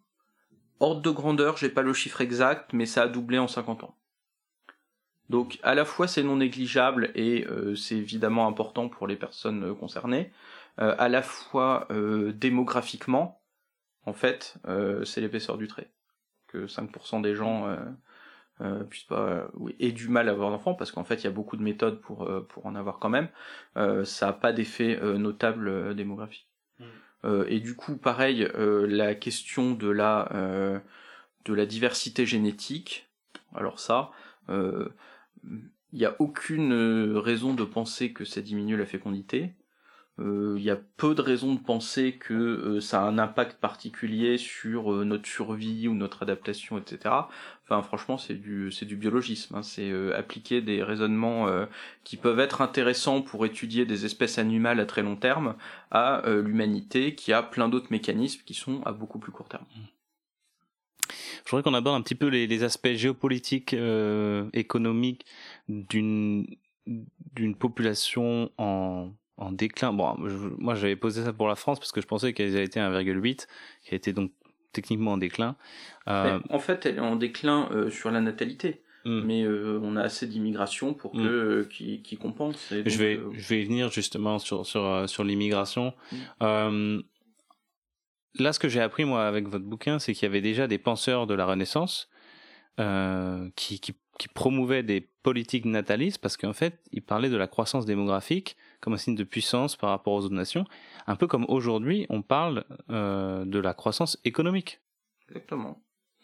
ordre de grandeur, j'ai pas le chiffre exact, mais ça a doublé en cinquante ans. Donc à la fois c'est non négligeable et euh, c'est évidemment important pour les personnes concernées, euh, à la fois euh, démographiquement, en fait, euh, c'est l'épaisseur du trait. Que cinq pour cent des gens... Euh, Euh, puisse pas euh, oui, aient du mal à avoir d'enfants parce qu'en fait il y a beaucoup de méthodes pour euh, pour en avoir quand même. Euh, ça a pas d'effet euh, notable euh, démographique. Mmh. Euh, et du coup pareil euh, la question de la euh, de la diversité génétique. Alors ça, il euh, y a aucune raison de penser que ça diminue la fécondité. Il euh, y a peu de raisons de penser que euh, ça a un impact particulier sur euh, notre survie ou notre adaptation, et cetera. Enfin, franchement, c'est du c'est du biologisme. Hein. C'est euh, appliquer des raisonnements euh, qui peuvent être intéressants pour étudier des espèces animales à très long terme à euh, l'humanité qui a plein d'autres mécanismes qui sont à beaucoup plus court terme. Je voudrais qu'on aborde un petit peu les, les aspects géopolitiques, euh, économiques d'une d'une population en en déclin. Bon, je, moi j'avais posé ça pour la France parce que je pensais qu'elle avait été à un virgule huit, qui a été donc techniquement en déclin. Euh... En fait, elle est en déclin euh, sur la natalité. Mm. Mais euh, on a assez d'immigration pour que mm. euh, qui, qui compense. Et donc, je vais euh... je vais y venir justement sur sur sur l'immigration. Mm. Euh, là, ce que j'ai appris moi avec votre bouquin, c'est qu'il y avait déjà des penseurs de la Renaissance euh, qui, qui qui promouvaient des politiques natalistes parce qu'en fait, ils parlaient de la croissance démographique comme un signe de puissance par rapport aux autres nations, un peu comme aujourd'hui, on parle euh, de la croissance économique. Exactement.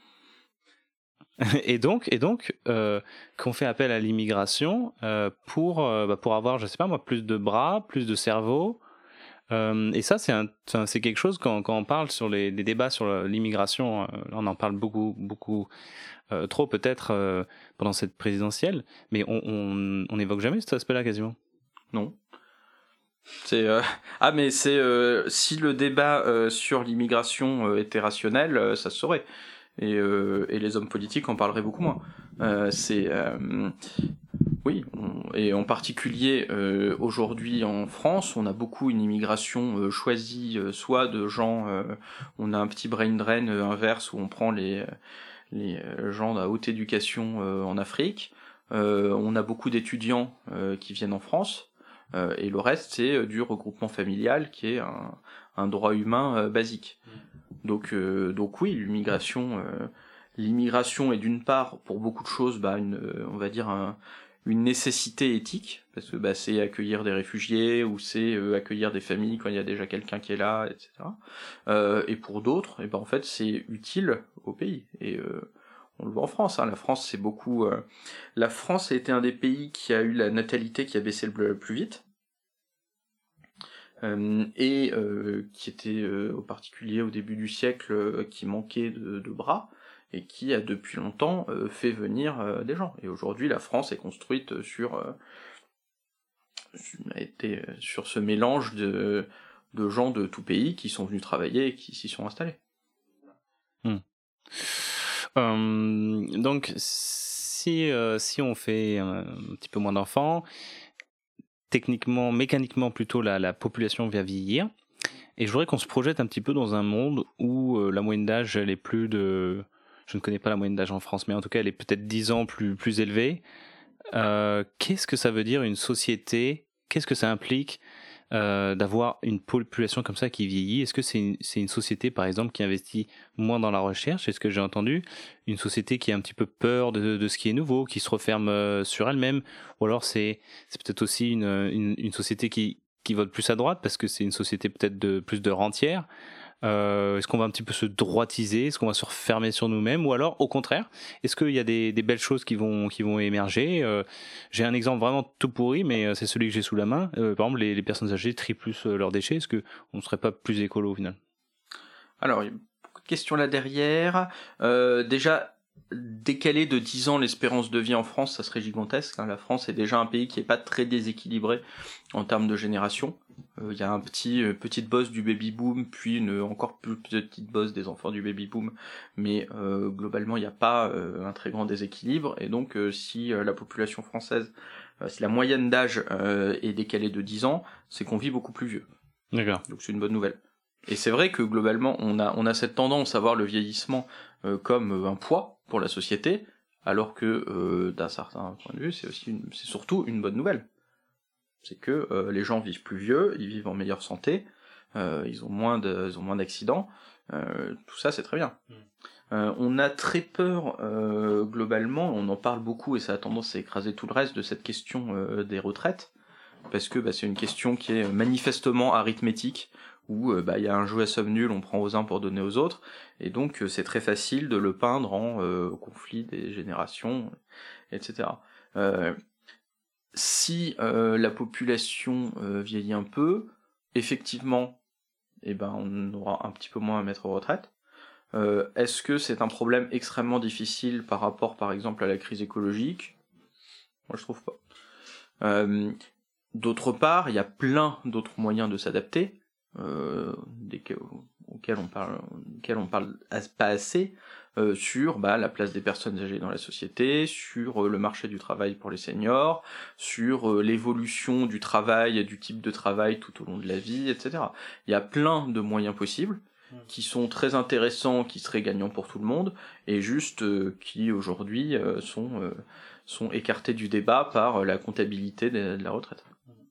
Et donc, et donc, euh, qu'on fait appel à l'immigration euh, pour euh, bah, pour avoir, je sais pas moi, plus de bras, plus de cerveau. Euh, et ça, c'est un, c'est quelque chose quand quand on parle sur les, les débats sur l'immigration, euh, on en parle beaucoup beaucoup. Euh, trop peut-être euh, pendant cette présidentielle, mais on, on, on évoque jamais cet aspect-là quasiment. Non. C'est euh... ah mais c'est euh, si le débat euh, sur l'immigration euh, était rationnel, euh, ça se saurait. Et, euh, et les hommes politiques en parleraient beaucoup moins. Euh, c'est euh... Oui, on, et en particulier euh, aujourd'hui en France, on a beaucoup une immigration euh, choisie, euh, soit de gens, euh, on a un petit brain drain euh, inverse où on prend les, les gens à haute éducation euh, en Afrique, euh, on a beaucoup d'étudiants euh, qui viennent en France, euh, et le reste c'est euh, du regroupement familial qui est un, un droit humain euh, basique. Donc, euh, donc oui, l'immigration, euh, l'immigration est d'une part pour beaucoup de choses, bah, une, on va dire un une nécessité éthique, parce que bah, c'est accueillir des réfugiés, ou c'est euh, accueillir des familles quand il y a déjà quelqu'un qui est là, et cetera. Euh, et pour d'autres, et ben en fait c'est utile au pays. Et euh, on le voit en France, hein. La France c'est beaucoup. Euh, la France a été un des pays qui a eu la natalité qui a baissé le plus vite. Euh, et euh, qui était euh, au particulier au début du siècle euh, qui manquait de, de bras, et qui a depuis longtemps euh, fait venir euh, des gens. Et aujourd'hui, la France est construite sur, euh, a été sur ce mélange de, de gens de tout pays qui sont venus travailler et qui s'y sont installés. Hmm. Euh, donc, si, euh, si on fait un, un petit peu moins d'enfants, techniquement, mécaniquement plutôt, la, la population va vieillir. Et je voudrais qu'on se projette un petit peu dans un monde où euh, la moyenne d'âge, elle est plus de... Je ne connais pas la moyenne d'âge en France, mais en tout cas, elle est peut-être dix ans plus, plus élevée. Euh, qu'est-ce que ça veut dire une société? Qu'est-ce que ça implique euh, d'avoir une population comme ça qui vieillit? Est-ce que c'est une, c'est une société, par exemple, qui investit moins dans la recherche? C'est ce que j'ai entendu. Une société qui a un petit peu peur de, de ce qui est nouveau, qui se referme euh, sur elle-même? Ou alors c'est, c'est peut-être aussi une, une, une société qui, qui vote plus à droite parce que c'est une société peut-être de plus de rentières? Euh, est-ce qu'on va un petit peu se droitiser? Est-ce qu'on va se refermer sur nous-mêmes? Ou alors, au contraire, est-ce qu'il y a des, des belles choses qui vont, qui vont émerger? euh, J'ai un exemple vraiment tout pourri, mais c'est celui que j'ai sous la main. Euh, par exemple, les, les personnes âgées trient plus leurs déchets. Est-ce qu'on ne serait pas plus écolo au final? Alors, il y a beaucoup de questions là derrière. Euh, déjà, décaler de dix ans l'espérance de vie en France, ça serait gigantesque. La France est déjà un pays qui n'est pas très déséquilibré en termes de génération. Il euh, y a un petit euh, petite bosse du baby boom, puis une encore plus petite bosse des enfants du baby boom, mais euh, globalement il n'y a pas euh, un très grand déséquilibre. Et donc euh, si euh, la population française, euh, si la moyenne d'âge euh, est décalée de dix ans, c'est qu'on vit beaucoup plus vieux. D'accord. Donc c'est une bonne nouvelle. Et c'est vrai que globalement on a on a cette tendance à voir le vieillissement euh, comme un poids pour la société, alors que euh, d'un certain point de vue c'est aussi une, c'est surtout une bonne nouvelle. C'est que euh, les gens vivent plus vieux, ils vivent en meilleure santé, euh, ils ont moins de, ils ont moins d'accidents, euh, tout ça c'est très bien. Mmh. Euh, on a très peur euh, globalement, on en parle beaucoup et ça a tendance à écraser tout le reste de cette question euh, des retraites, parce que bah, c'est une question qui est manifestement arithmétique, où il bah, y a un jeu à somme nulle, on prend aux uns pour donner aux autres, et donc c'est très facile de le peindre en euh, conflit des générations, et cetera. Euh, Si euh, la population euh, vieillit un peu, effectivement, eh ben, on aura un petit peu moins à mettre aux retraites. Euh, est-ce que c'est un problème extrêmement difficile par rapport, par exemple, à la crise écologique? Moi, je trouve pas. Euh, d'autre part, il y a plein d'autres moyens de s'adapter, euh, auxquels on parle, auxquels on parle pas assez. Euh, sur bah, la place des personnes âgées dans la société, sur euh, le marché du travail pour les seniors, sur euh, l'évolution du travail et du type de travail tout au long de la vie, et cetera. Il y a plein de moyens possibles qui sont très intéressants, qui seraient gagnants pour tout le monde, et juste euh, qui aujourd'hui euh, sont, euh, sont écartés du débat par la comptabilité de, de la retraite.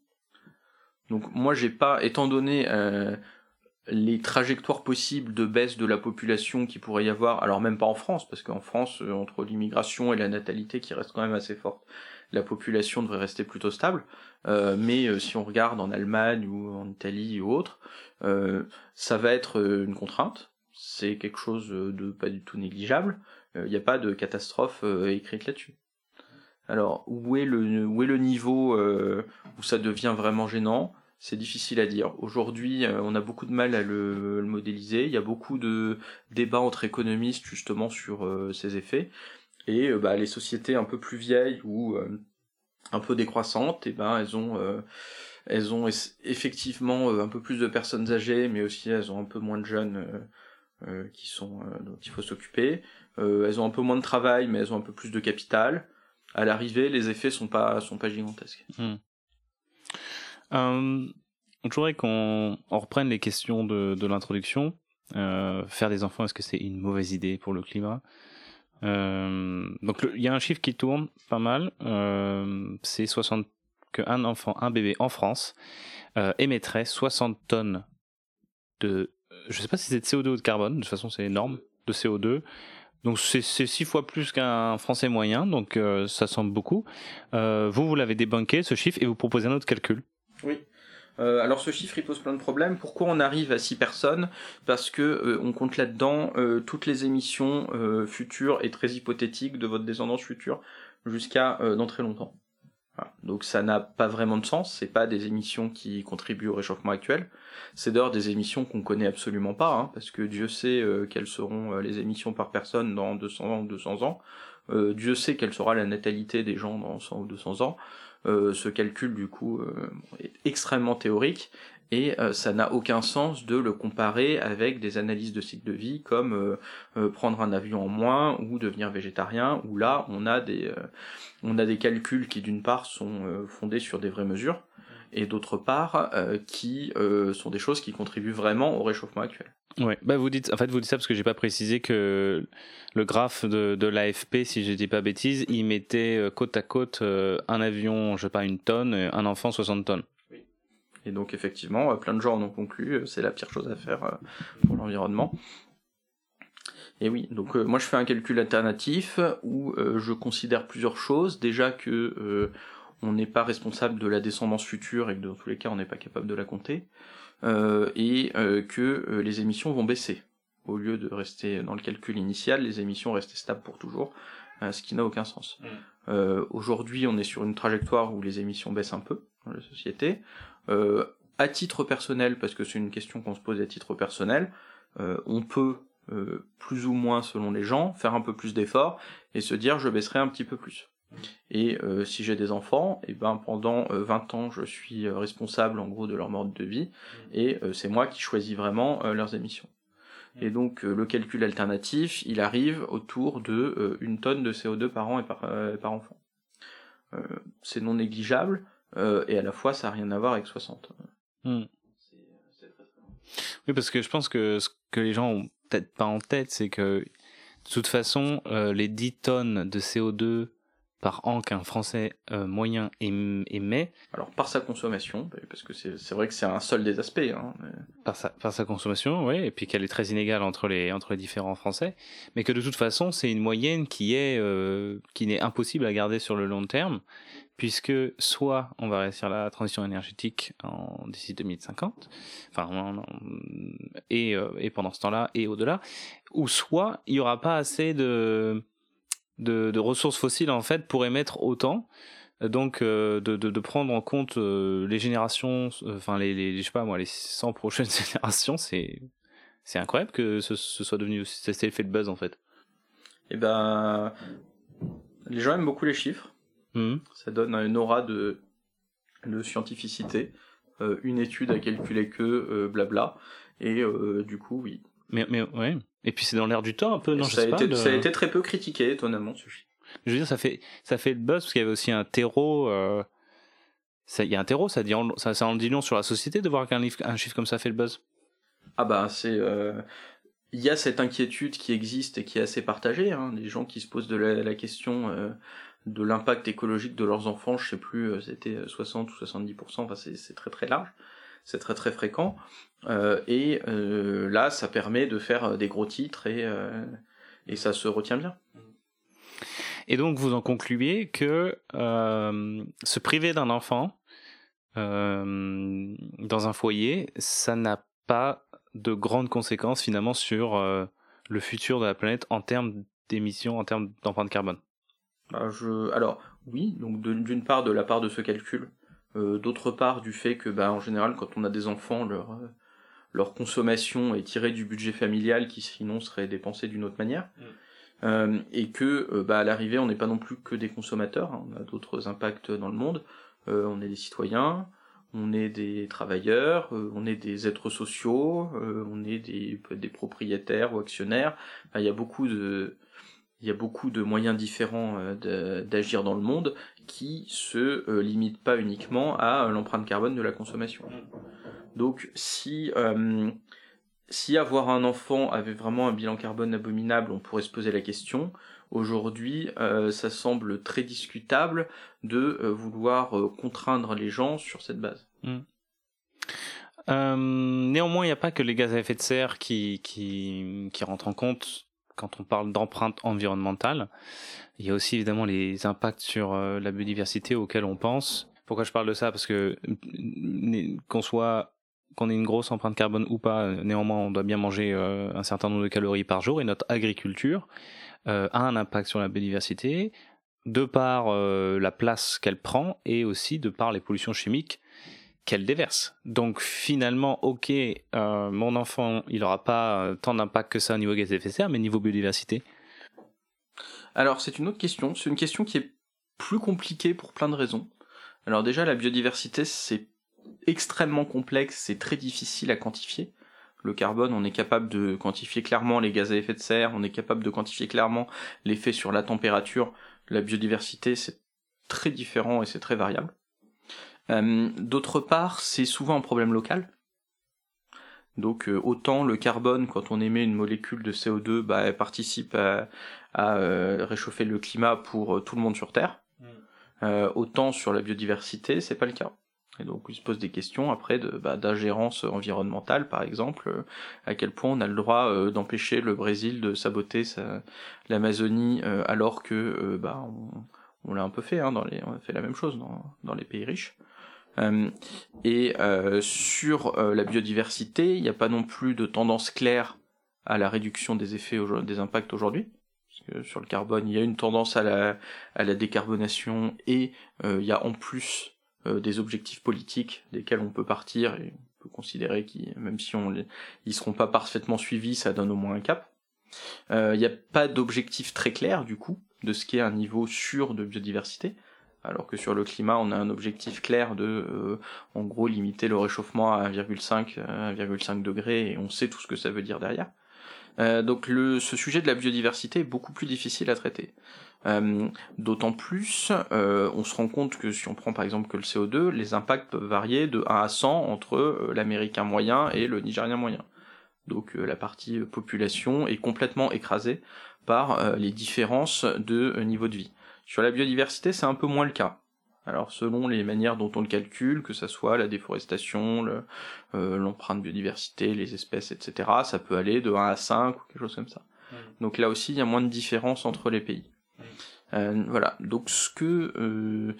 Donc moi j'ai pas, étant donné euh, les trajectoires possibles de baisse de la population qui pourrait y avoir, alors même pas en France, parce qu'en France, euh, entre l'immigration et la natalité qui reste quand même assez forte, la population devrait rester plutôt stable, euh, mais euh, si on regarde en Allemagne ou en Italie ou autre, euh, ça va être une contrainte, c'est quelque chose de pas du tout négligeable, il euh, n'y a pas de catastrophe euh, écrite là-dessus. Alors, où est le, où est le niveau euh, où ça devient vraiment gênant ? C'est difficile à dire. Aujourd'hui, euh, on a beaucoup de mal à le, le modéliser. Il y a beaucoup de débats entre économistes justement sur euh, ces effets. Et euh, bah, les sociétés un peu plus vieilles ou euh, un peu décroissantes, et ben elles ont, euh, elles ont effectivement euh, un peu plus de personnes âgées, mais aussi elles ont un peu moins de jeunes euh, euh, qui sont euh, dont il faut s'occuper. Euh, elles ont un peu moins de travail, mais elles ont un peu plus de capital. à l'arrivée, les effets sont pas sont pas gigantesques. Mmh. Euh, je voudrais qu'on on reprenne les questions de, de l'introduction. Euh, faire des enfants, est-ce que c'est une mauvaise idée pour le climat? euh, Donc il y a un chiffre qui tourne pas mal. Euh, c'est soixante qu'un enfant, un bébé en France euh, émettrait soixante tonnes de, je sais pas si c'est de C O deux ou de carbone. De toute façon, c'est énorme, de C O deux. Donc c'est, c'est six fois plus qu'un Français moyen, donc euh, ça semble beaucoup. Euh, vous, vous l'avez débunké, ce chiffre, et vous proposez un autre calcul. Oui. Euh, alors ce chiffre il pose plein de problèmes. Pourquoi on arrive à six personnes? Parce que euh, on compte là-dedans euh, toutes les émissions euh, futures et très hypothétiques de votre descendance future jusqu'à euh, dans très longtemps. Voilà. Donc ça n'a pas vraiment de sens. C'est pas des émissions qui contribuent au réchauffement actuel. C'est d'ailleurs des émissions qu'on connaît absolument pas, hein, parce que Dieu sait euh, quelles seront euh, les émissions par personne dans deux cents ans ou deux cents ans. Euh, Dieu sait quelle sera la natalité des gens dans cent ou deux cents ans. Euh, ce calcul du coup euh, est extrêmement théorique et euh, ça n'a aucun sens de le comparer avec des analyses de cycle de vie comme euh, euh, prendre un avion en moins ou devenir végétarien, où là on a des euh, on a des calculs qui d'une part sont euh, fondés sur des vraies mesures et d'autre part euh, qui euh, sont des choses qui contribuent vraiment au réchauffement actuel. Ouais, bah vous dites, en fait, vous dites ça parce que j'ai pas précisé que le graphe de, de l'A F P, si je dis pas bêtise, il mettait euh, côte à côte euh, un avion, je sais pas, une tonne, et un enfant soixante tonnes. Oui. Et donc effectivement, euh, plein de gens en ont conclu, euh, c'est la pire chose à faire euh, pour l'environnement. Et oui, donc euh, moi je fais un calcul alternatif où euh, je considère plusieurs choses. Déjà que euh, on n'est pas responsable de la descendance future et que dans tous les cas on n'est pas capable de la compter. Euh, et euh, que euh, les émissions vont baisser. Au lieu de rester dans le calcul initial, les émissions restent stables pour toujours, euh, ce qui n'a aucun sens. Mmh. Euh, aujourd'hui, on est sur une trajectoire où les émissions baissent un peu dans la société. Euh, à titre personnel, parce que c'est une question qu'on se pose à titre personnel, euh, on peut, euh, plus ou moins selon les gens, faire un peu plus d'efforts et se dire je baisserai un petit peu plus. Et euh, si j'ai des enfants, et ben pendant euh, vingt ans, je suis euh, responsable en gros de leur mode de vie, et euh, c'est moi qui choisis vraiment euh, leurs émissions. Et donc euh, le calcul alternatif, il arrive autour de euh, une tonne de C O deux par an et par, euh, par enfant. Euh, c'est non négligeable, euh, et à la fois ça n'a rien à voir avec soixante. Hmm. C'est, c'est très, très long. Oui, parce que je pense que ce que les gens ont peut-être pas en tête, c'est que de toute façon, euh, les dix tonnes de C O deux par an qu'un Français euh, moyen émet. Alors par sa consommation, parce que c'est, c'est vrai que c'est un seul des aspects. Hein, mais... par, sa, par sa consommation, oui, et puis qu'elle est très inégale entre les, entre les différents Français, mais que de toute façon c'est une moyenne qui est euh, qui n'est impossible à garder sur le long terme, puisque soit on va réussir la transition énergétique en, d'ici deux mille cinquante, enfin, on, on, et, euh, et pendant ce temps-là et au-delà, ou soit il n'y aura pas assez de De, de ressources fossiles en fait pour émettre autant, donc euh, de, de, de prendre en compte euh, les générations, enfin euh, les, les je sais pas moi les cent prochaines générations, c'est c'est incroyable que ce, ce soit devenu aussi, c'est l'effet de buzz en fait. Et ben les gens aiment beaucoup les chiffres, mmh. Ça donne une aura de de scientificité, euh, une étude à calculer que euh, blabla, et euh, du coup oui. Mais, mais ouais. Et puis c'est dans l'air du temps un peu, non, je ça, sais a pas, été, de... ça a été très peu critiqué, étonnamment, ce chiffre. Je veux dire, ça fait, ça fait le buzz parce qu'il y avait aussi un terreau. Euh... Il y a un terreau, ça, dit en, ça, ça en dit long sur la société de voir qu'un livre, un chiffre comme ça fait le buzz. Ah bah, c'est. Euh... Il y a cette inquiétude qui existe et qui est assez partagée. Hein. Les gens qui se posent de la, la question euh, de l'impact écologique de leurs enfants, je sais plus, c'était soixante ou soixante-dix pour cent, enfin, c'est, c'est très très large. C'est très très fréquent, euh, et euh, là ça permet de faire des gros titres et, euh, et ça se retient bien. Et donc vous en concluez que euh, se priver d'un enfant euh, dans un foyer, ça n'a pas de grandes conséquences finalement sur euh, le futur de la planète en termes d'émissions, en termes d'empreinte carbone. Bah, je... Alors oui, donc de, d'une part de la part de ce calcul, Euh, d'autre part du fait que bah, en général quand on a des enfants leur, euh, leur consommation est tirée du budget familial qui sinon serait dépensé d'une autre manière, mmh. euh, et que euh, bah, à l'arrivée on n'est pas non plus que des consommateurs, hein, on a d'autres impacts dans le monde, euh, on est des citoyens, on est des travailleurs, euh, on est des êtres sociaux, euh, on est des, des propriétaires ou actionnaires, enfin, il y a beaucoup de il y a beaucoup de moyens différents euh, de, d'agir dans le monde qui se euh, limitent pas uniquement à euh, l'empreinte carbone de la consommation. Donc si euh, si avoir un enfant avait vraiment un bilan carbone abominable, on pourrait se poser la question. Aujourd'hui, euh, ça semble très discutable de euh, vouloir euh, contraindre les gens sur cette base. Mmh. Euh, néanmoins, il n'y a pas que les gaz à effet de serre qui, qui, qui rentrent en compte quand on parle d'empreinte environnementale. Il y a aussi évidemment les impacts sur euh, la biodiversité auxquels on pense. Pourquoi je parle de ça ? Parce que qu'on soit qu'on ait une grosse empreinte carbone ou pas, néanmoins on doit bien manger euh, un certain nombre de calories par jour, et notre agriculture euh, a un impact sur la biodiversité de par euh, la place qu'elle prend et aussi de par les pollutions chimiques qu'elle déverse. Donc finalement, ok, euh, mon enfant, il n'aura pas tant d'impact que ça au niveau gaz à effet de serre, mais niveau biodiversité. Alors c'est une autre question, c'est une question qui est plus compliquée pour plein de raisons. Alors déjà, la biodiversité, c'est extrêmement complexe, c'est très difficile à quantifier. Le carbone, on est capable de quantifier clairement les gaz à effet de serre, on est capable de quantifier clairement l'effet sur la température. La biodiversité, c'est très différent et c'est très variable. Euh, d'autre part, c'est souvent un problème local. Donc euh, autant le carbone, quand on émet une molécule de C O deux, bah, elle participe à, à euh, réchauffer le climat pour euh, tout le monde sur Terre. Mm. Euh, autant sur la biodiversité, c'est pas le cas. Et donc il se pose des questions après de, bah, d'ingérence environnementale, par exemple, euh, à quel point on a le droit euh, d'empêcher le Brésil de saboter sa, l'Amazonie euh, alors que euh, bah, on, on l'a un peu fait, hein, dans les, on a fait la même chose dans, dans les pays riches. Euh, et euh, sur euh, la biodiversité, il n'y a pas non plus de tendance claire à la réduction des effets, des impacts aujourd'hui. Parce que sur le carbone, il y a une tendance à la, à la décarbonation et euh, il y a en plus euh, des objectifs politiques desquels on peut partir et on peut considérer qu'ils, même si on les, ils seront pas parfaitement suivis, ça donne au moins un cap. Euh, il n'y a pas d'objectif très clair du coup de ce qu'est un niveau sûr de biodiversité. Alors que sur le climat, on a un objectif clair de, euh, en gros, limiter le réchauffement à un virgule cinq degrés, et on sait tout ce que ça veut dire derrière. Euh, donc le, ce sujet de la biodiversité est beaucoup plus difficile à traiter. Euh, d'autant plus, euh, on se rend compte que si on prend par exemple que le C O deux, les impacts peuvent varier de un à cent entre euh, l'américain moyen et le nigérien moyen. Donc euh, la partie population est complètement écrasée par euh, les différences de euh, niveau de vie. Sur la biodiversité, c'est un peu moins le cas. Alors selon les manières dont on le calcule, que ça soit la déforestation, le, euh, l'empreinte biodiversité, les espèces, et cetera, ça peut aller de un à cinq ou quelque chose comme ça. Mmh. Donc là aussi, il y a moins de différence entre les pays. Mmh. Euh, voilà, donc ce que... Euh,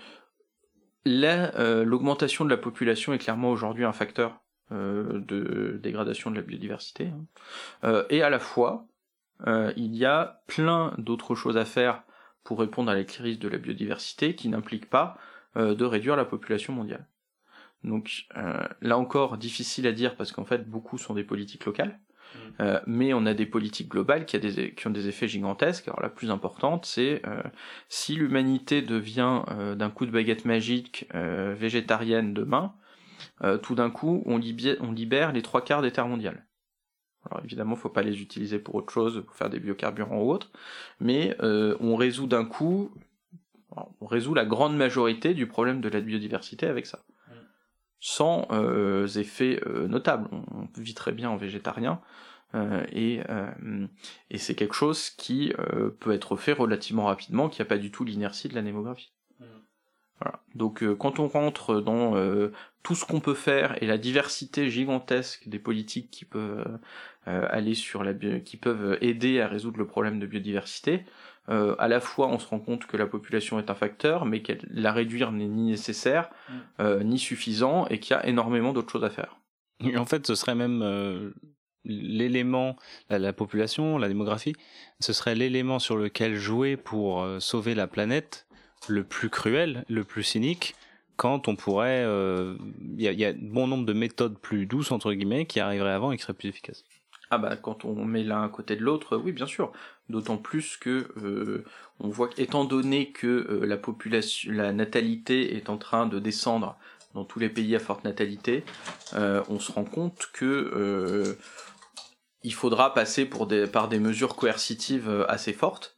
là, euh, l'augmentation de la population est clairement aujourd'hui un facteur euh, de dégradation de la biodiversité. Hein. Euh, et à la fois, euh, il y a plein d'autres choses à faire pour répondre à la crise de la biodiversité qui n'implique pas euh, de réduire la population mondiale. Donc euh, là encore, difficile à dire parce qu'en fait beaucoup sont des politiques locales, mmh. euh, mais on a des politiques globales qui, a des, qui ont des effets gigantesques. Alors la plus importante, c'est euh, si l'humanité devient euh, d'un coup de baguette magique euh, végétarienne demain, euh, tout d'un coup on libère, on libère les trois quarts des terres mondiales. Alors évidemment, faut pas les utiliser pour autre chose, pour faire des biocarburants ou autre, mais euh, on résout d'un coup, on résout la grande majorité du problème de la biodiversité avec ça, mmh. sans euh, effets euh, notables. On vit très bien en végétarien, euh, et, euh, et c'est quelque chose qui euh, peut être fait relativement rapidement, qui n'a pas du tout l'inertie de la démographie. Mmh. Voilà. Donc euh, quand on rentre dans euh, tout ce qu'on peut faire et la diversité gigantesque des politiques qui peuvent euh, aller sur la bio- qui peuvent aider à résoudre le problème de biodiversité, euh, à la fois on se rend compte que la population est un facteur, mais que la réduire n'est ni nécessaire euh, ni suffisant et qu'il y a énormément d'autres choses à faire. Et en fait, ce serait même euh, l'élément, la, la population, la démographie, ce serait l'élément sur lequel jouer pour euh, sauver la planète le plus cruel, le plus cynique, quand on pourrait... Il euh, y, y a bon nombre de méthodes plus douces, entre guillemets, qui arriveraient avant et qui seraient plus efficaces. Ah bah quand on met l'un à côté de l'autre, oui bien sûr. D'autant plus que euh, on voit qu'étant donné que euh, la population, la natalité est en train de descendre dans tous les pays à forte natalité, euh, on se rend compte que euh, il faudra passer pour des, par des mesures coercitives assez fortes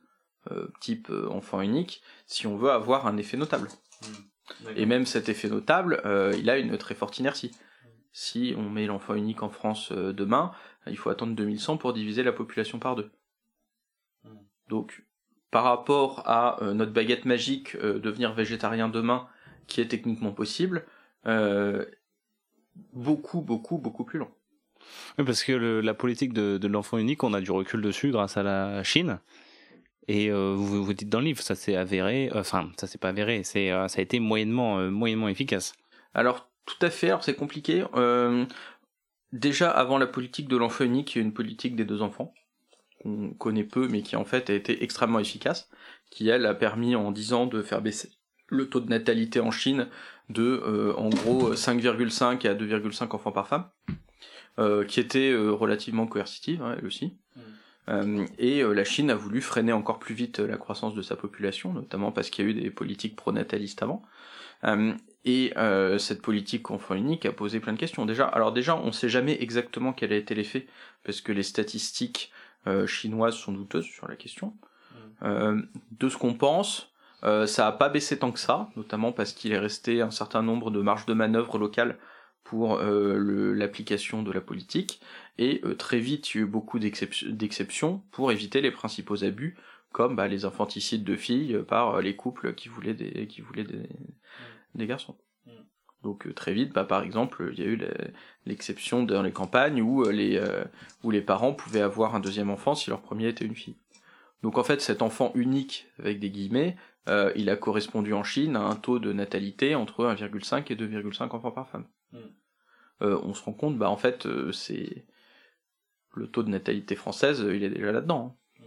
euh, type euh, enfant unique, si on veut avoir un effet notable. Mmh. Et même cet effet notable, euh, il a une très forte inertie. Si on met l'enfant unique en France euh, demain, il faut attendre deux mille cent pour diviser la population par deux. Mmh. Donc, par rapport à euh, notre baguette magique, euh, devenir végétarien demain, qui est techniquement possible, euh, beaucoup, beaucoup, beaucoup plus long. Oui, parce que le, la politique de, de l'enfant unique, on a du recul dessus grâce à la Chine. Et euh, vous, vous dites dans le livre, ça s'est avéré, euh, enfin, ça s'est pas avéré, c'est, euh, ça a été moyennement, euh, moyennement efficace. Alors, tout à fait, alors c'est compliqué. Euh, déjà, avant la politique de l'enfant unique, il y a une politique des deux enfants, qu'on connaît peu, mais qui en fait a été extrêmement efficace, qui elle a permis en dix ans de faire baisser le taux de natalité en Chine de, euh, en gros, cinq virgule cinq à deux virgule cinq enfants par femme, euh, qui était euh, relativement coercitive, hein, elle aussi. Mmh. Euh, et euh, la Chine a voulu freiner encore plus vite la croissance de sa population, notamment parce qu'il y a eu des politiques pronatalistes avant. Euh, et euh, cette politique enfant unique a posé plein de questions. Déjà, alors déjà, on ne sait jamais exactement quel a été l'effet, parce que les statistiques euh, chinoises sont douteuses sur la question. Mmh. Euh, de ce qu'on pense, euh, ça n'a pas baissé tant que ça, notamment parce qu'il est resté un certain nombre de marges de manœuvre locales pour euh, le, l'application de la politique, et euh, très vite il y a eu beaucoup d'exceptions, d'exceptions pour éviter les principaux abus, comme bah, les infanticides de filles par euh, les couples qui voulaient des, qui voulaient des, mmh. des garçons. Mmh. Donc euh, très vite, bah, par exemple, il y a eu la, l'exception dans les campagnes où, euh, les, euh, où les parents pouvaient avoir un deuxième enfant si leur premier était une fille. Donc en fait, cet enfant unique, avec des guillemets, euh, il a correspondu en Chine à un taux de natalité entre un virgule cinq et deux virgule cinq enfants par femme. Mmh. Euh, on se rend compte, bah en fait, euh, c'est le taux de natalité française, il est déjà là-dedans. Hein.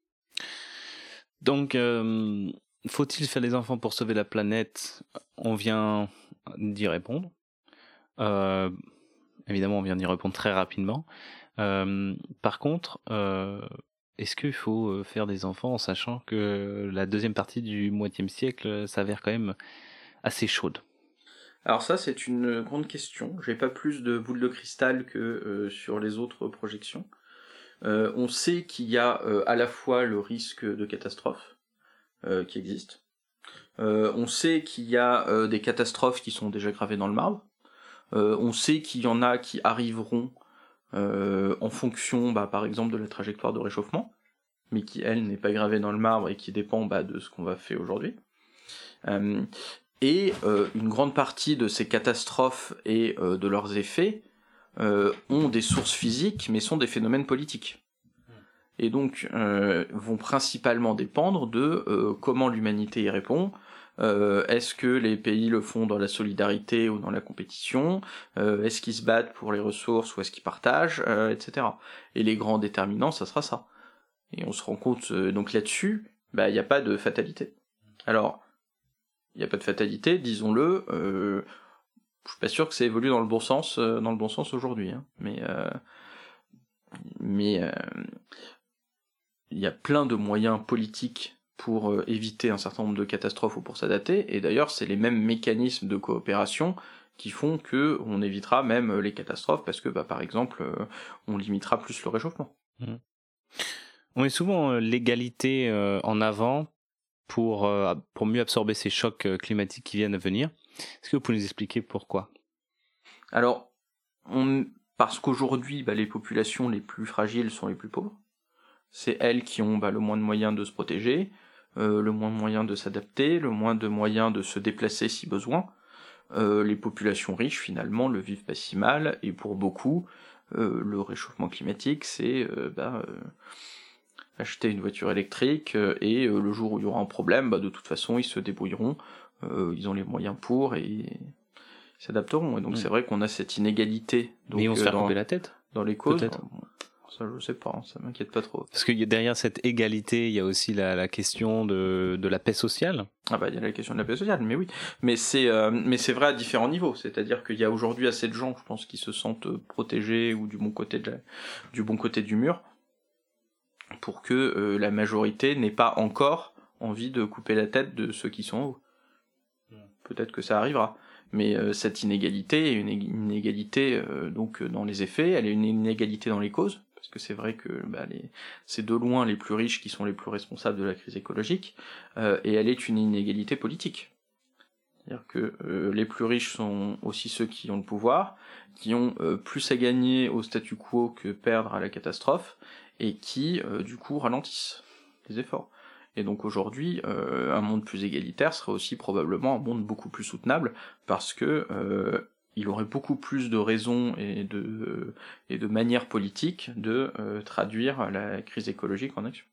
Donc, euh, faut-il faire des enfants pour sauver la planète ? On vient d'y répondre. Euh, évidemment, on vient d'y répondre très rapidement. Euh, par contre, euh, est-ce qu'il faut faire des enfants en sachant que la deuxième partie du moitième siècle s'avère quand même assez chaude ? Alors ça, c'est une grande question. J'ai pas plus de boules de cristal que euh, sur les autres projections. Euh, on sait qu'il y a euh, à la fois le risque de catastrophe euh, qui existe. Euh, on sait qu'il y a euh, des catastrophes qui sont déjà gravées dans le marbre. Euh, on sait qu'il y en a qui arriveront euh, en fonction, bah, par exemple, de la trajectoire de réchauffement, mais qui, elle, n'est pas gravée dans le marbre et qui dépend bah, de ce qu'on va faire aujourd'hui. Euh, Et euh, une grande partie de ces catastrophes et euh, de leurs effets euh, ont des sources physiques, mais sont des phénomènes politiques. Et donc euh, vont principalement dépendre de euh, comment l'humanité y répond. Euh, est-ce que les pays le font dans la solidarité ou dans la compétition ? euh, Est-ce qu'ils se battent pour les ressources ou est-ce qu'ils partagent, euh, et cetera. Et les grands déterminants, ça sera ça. Et on se rend compte, euh, donc là-dessus, bah, il n'y a pas de fatalité. Alors, il n'y a pas de fatalité, disons-le. Euh, je suis pas sûr que ça évolue dans le bon sens, euh, dans le bon sens aujourd'hui. Hein. Mais euh, mais euh, il y a plein de moyens politiques pour euh, éviter un certain nombre de catastrophes ou pour s'adapter. Et d'ailleurs, c'est les mêmes mécanismes de coopération qui font que on évitera même les catastrophes parce que, bah, par exemple, euh, on limitera plus le réchauffement. Mmh. On met souvent euh, l'égalité euh, en avant pour, euh, pour mieux absorber ces chocs euh, climatiques qui viennent à venir. Est-ce que vous pouvez nous expliquer pourquoi ? Alors, on, parce qu'aujourd'hui, bah, les populations les plus fragiles sont les plus pauvres. C'est elles qui ont bah, le moins de moyens de se protéger, euh, le moins de moyens de s'adapter, le moins de moyens de se déplacer si besoin. Euh, les populations riches, finalement, le vivent pas si mal, et pour beaucoup, euh, le réchauffement climatique, c'est euh, bah, euh, acheter une voiture électrique, euh, et euh, le jour où il y aura un problème, bah, de toute façon, ils se débrouilleront, euh, ils ont les moyens pour, et ils s'adapteront. Et donc mmh. c'est vrai qu'on a cette inégalité. Donc, mais on se fait dans, couper la tête dans les causes. Peut-être. Ça, je sais pas, ça m'inquiète pas trop. Parce que derrière cette égalité, il y a aussi la, la question de, de la paix sociale. Ah bah il y a la question de la paix sociale, mais oui. Mais c'est, euh, mais c'est vrai à différents niveaux. C'est-à-dire qu'il y a aujourd'hui assez de gens, je pense, qui se sentent protégés ou du bon côté de la, du bon côté du mur, pour que euh, la majorité n'ait pas encore envie de couper la tête de ceux qui sont en haut. Mmh. Peut-être que ça arrivera. Mais euh, cette inégalité est une inégalité euh, donc dans les effets, elle est une inégalité dans les causes. parce que c'est vrai que bah, les, c'est de loin les plus riches qui sont les plus responsables de la crise écologique, euh, et elle est une inégalité politique. C'est-à-dire que euh, les plus riches sont aussi ceux qui ont le pouvoir, qui ont euh, plus à gagner au statu quo que perdre à la catastrophe, et qui, euh, du coup, ralentissent les efforts. Et donc aujourd'hui, euh, un monde plus égalitaire serait aussi probablement un monde beaucoup plus soutenable, parce que euh, il aurait beaucoup plus de raisons et de, euh, et de manières politiques de euh, traduire la crise écologique en action.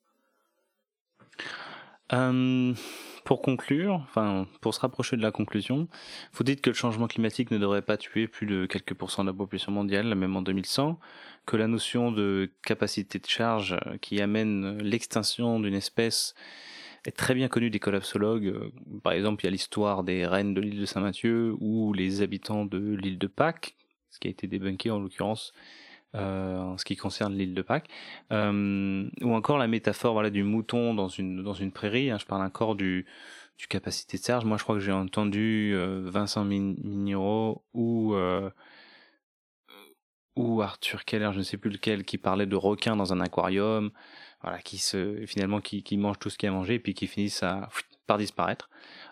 Euh, pour conclure, enfin pour se rapprocher de la conclusion, vous dites que le changement climatique ne devrait pas tuer plus de quelques pourcents de la population mondiale, même en deux mille cent, que la notion de capacité de charge qui amène l'extinction d'une espèce est très bien connue des collapsologues. Par exemple, il y a l'histoire des rennes de l'île de Saint-Mathieu ou les habitants de l'île de Pâques, ce qui a été débunké en l'occurrence. Euh, en ce qui concerne l'île de Pâques, euh, ou encore la métaphore voilà du mouton dans une dans une prairie. Hein, je parle encore du du capacité de charge. Moi, je crois que j'ai entendu euh, Vincent Mignot ou euh, ou Arthur Keller, je ne sais plus lequel, qui parlait de requins dans un aquarium, voilà, qui se finalement qui qui mangent tout ce qu'il y a à manger et puis qui finissent à, par disparaître.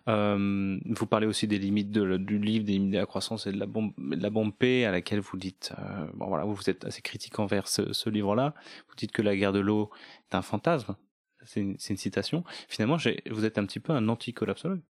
Euh, vous parlez aussi des limites de, du livre, des limites de la croissance et de la bombe, de la bombe P, à laquelle vous dites, euh, bon voilà, vous, vous êtes assez critique envers ce, ce livre-là. Vous dites que la guerre de l'eau est un fantasme. C'est une, c'est une citation. Finalement, j'ai, vous êtes un petit peu un anti-collapsologue.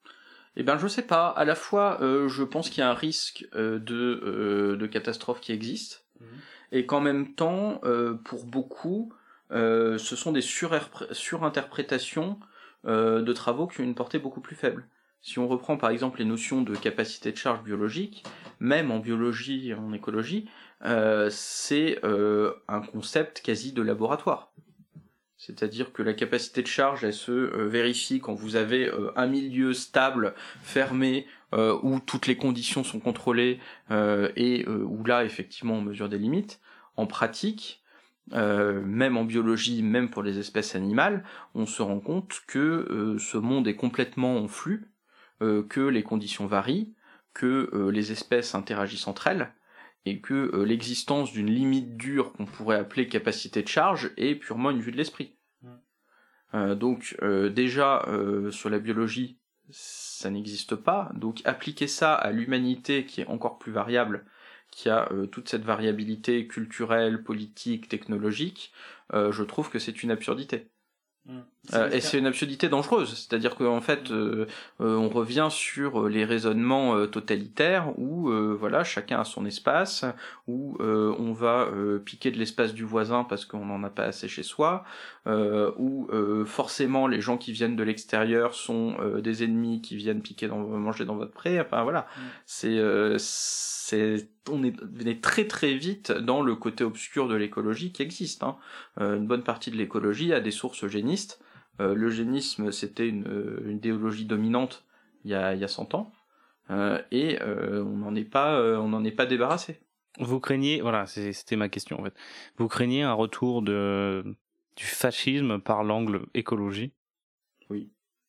Eh ben, je sais pas. À la fois, euh, je pense qu'il y a un risque euh, de, euh, de catastrophe qui existe, mmh. et qu'en même temps, euh, pour beaucoup, euh, ce sont des surerpré- surinterprétations euh, de travaux qui ont une portée beaucoup plus faible. Si on reprend par exemple les notions de capacité de charge biologique, même en biologie et en écologie, euh, c'est euh, un concept quasi de laboratoire. C'est-à-dire que la capacité de charge, elle se euh, vérifie quand vous avez euh, un milieu stable, fermé, euh, où toutes les conditions sont contrôlées, euh, et euh, où là, effectivement, on mesure des limites. En pratique, euh, même en biologie, même pour les espèces animales, on se rend compte que euh, ce monde est complètement en flux, euh, que les conditions varient, que euh, les espèces interagissent entre elles, et que euh, l'existence d'une limite dure qu'on pourrait appeler capacité de charge est purement une vue de l'esprit. Mmh. Euh, donc euh, déjà euh, sur la biologie, ça n'existe pas, donc appliquer ça à l'humanité qui est encore plus variable, qui a euh, toute cette variabilité culturelle, politique, technologique, euh, je trouve que c'est une absurdité. Mmh. Euh, et c'est une absurdité dangereuse, c'est-à-dire qu'en fait, euh, euh, on revient sur les raisonnements euh, totalitaires où euh, voilà, chacun a son espace, où euh, on va euh, piquer de l'espace du voisin parce qu'on n'en a pas assez chez soi, euh, où euh, forcément les gens qui viennent de l'extérieur sont euh, des ennemis qui viennent piquer dans, manger dans votre pré. Enfin voilà, mmh. c'est, euh, c'est on est, on est très très vite dans le côté obscur de l'écologie qui existe. Hein. Euh, une bonne partie de l'écologie a des sources eugénistes. Euh, l'eugénisme, c'était une, une idéologie dominante il y a, il y a cent ans, euh, et euh, on n'en est pas, euh, on n'en est pas débarrassé. Vous craignez, voilà, c'était ma question en fait. Vous craignez un retour de du fascisme par l'angle écologie? Oui.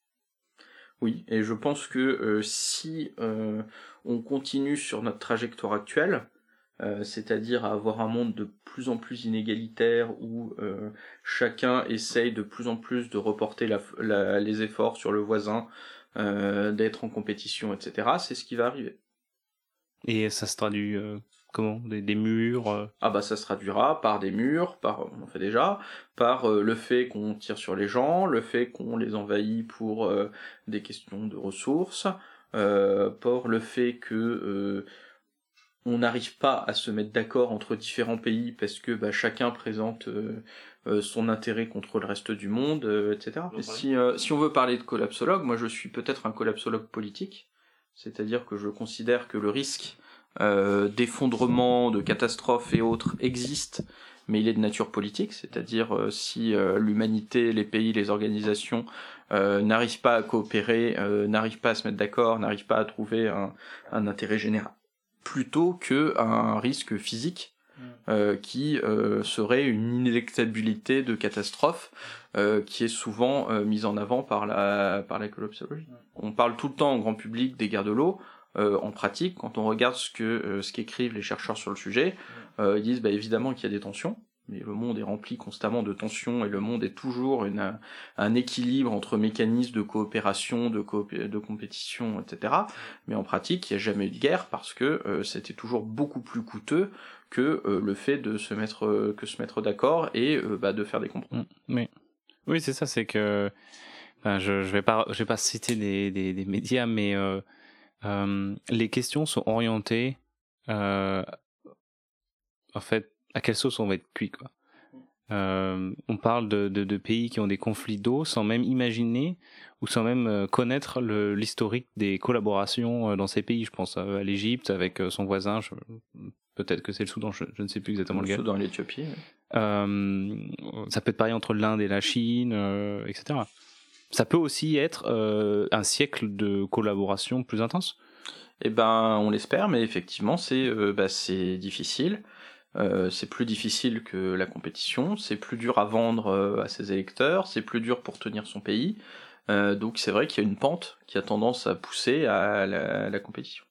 Oui, et je pense que euh, si euh, on continue sur notre trajectoire actuelle, Euh, c'est-à-dire à avoir un monde de plus en plus inégalitaire où euh, chacun essaye de plus en plus de reporter la, la, les efforts sur le voisin, euh, d'être en compétition, et cetera. C'est ce qui va arriver. Et ça se traduit euh, comment? Des, des murs euh... Ah bah ça se traduira par des murs, par, on en fait déjà, par euh, le fait qu'on tire sur les gens, le fait qu'on les envahit pour euh, des questions de ressources, euh, par le fait que euh, on n'arrive pas à se mettre d'accord entre différents pays parce que bah, chacun présente euh, euh, son intérêt contre le reste du monde, euh, et cetera. Et si, euh, si on veut parler de collapsologue, moi je suis peut-être un collapsologue politique, c'est-à-dire que je considère que le risque euh, d'effondrement, de catastrophe et autres existe, mais il est de nature politique, c'est-à-dire euh, si euh, l'humanité, les pays, les organisations euh, n'arrivent pas à coopérer, euh, n'arrivent pas à se mettre d'accord, n'arrivent pas à trouver un, un intérêt général, plutôt qu'un risque physique euh, qui euh, serait une inéluctabilité de catastrophe euh, qui est souvent euh, mise en avant par la, par la collapsologie. On parle tout le temps en grand public des guerres de l'eau. Euh, en pratique, quand on regarde ce que euh, ce qu'écrivent les chercheurs sur le sujet, euh, ils disent bah, évidemment qu'il y a des tensions, mais le monde est rempli constamment de tensions et le monde est toujours une, un équilibre entre mécanismes de coopération, de, coopé- de compétition, et cetera. Mais en pratique, il n'y a jamais eu de guerre parce que euh, c'était toujours beaucoup plus coûteux que euh, le fait de se mettre, euh, que se mettre d'accord et euh, bah, de faire des compromis. Mais oui, c'est ça, c'est que enfin, je, je vais pas, je vais pas citer des, des, des médias, mais euh, euh, les questions sont orientées. Euh, en fait, à quelle sauce on va être cuit, quoi. Euh, on parle de, de, de pays qui ont des conflits d'eau sans même imaginer ou sans même euh, connaître le, l'historique des collaborations euh, dans ces pays. Je pense à, à l'Égypte avec euh, son voisin, je, peut-être que c'est le Soudan, je, je ne sais plus exactement Le lequel. Soudan, l'Éthiopie. Ouais. Euh, ça peut être pareil entre l'Inde et la Chine, euh, et cetera. Ça peut aussi être euh, un siècle de collaboration plus intense. Eh ben, on l'espère, mais effectivement, c'est, euh, bah, c'est difficile. Euh, c'est plus difficile que la compétition, c'est plus dur à vendre euh, à ses électeurs, c'est plus dur pour tenir son pays. Euh, donc c'est vrai qu'il y a une pente qui a tendance à pousser à la, à la compétition.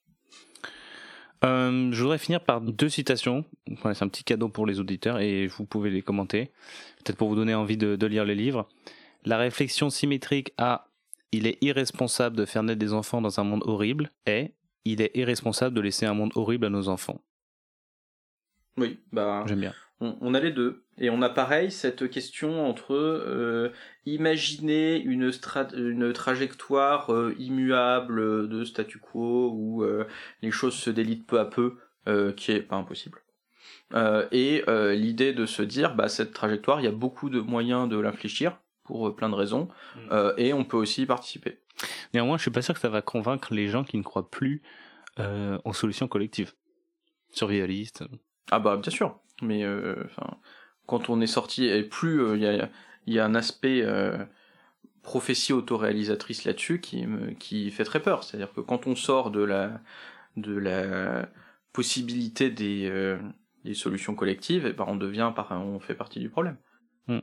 Euh, je voudrais finir par deux citations. Voilà, c'est un petit cadeau pour les auditeurs et vous pouvez les commenter. Peut-être pour vous donner envie de, de lire les livres. La réflexion symétrique à « il est irresponsable de faire naître des enfants dans un monde horrible » est « il est irresponsable de laisser un monde horrible à nos enfants ». Oui, bah, j'aime bien. On, on a les deux. Et on a pareil cette question entre euh, imaginer une, strat- une trajectoire euh, immuable de statu quo où euh, les choses se délitent peu à peu, euh, qui est pas impossible. Euh, et euh, l'idée de se dire, bah, cette trajectoire, il y a beaucoup de moyens de l'infléchir pour euh, plein de raisons, euh, et on peut aussi y participer. Néanmoins, je suis pas sûr que ça va convaincre les gens qui ne croient plus euh, aux solutions collectives, survivalistes. Ah bah bien sûr, mais euh, quand on est sorti, et plus il euh, y, a, y a un aspect euh, prophétie autoréalisatrice là-dessus qui, me, qui fait très peur. C'est-à-dire que quand on sort de la, de la possibilité des, euh, des solutions collectives, et ben on devient, on fait partie du problème. Mm.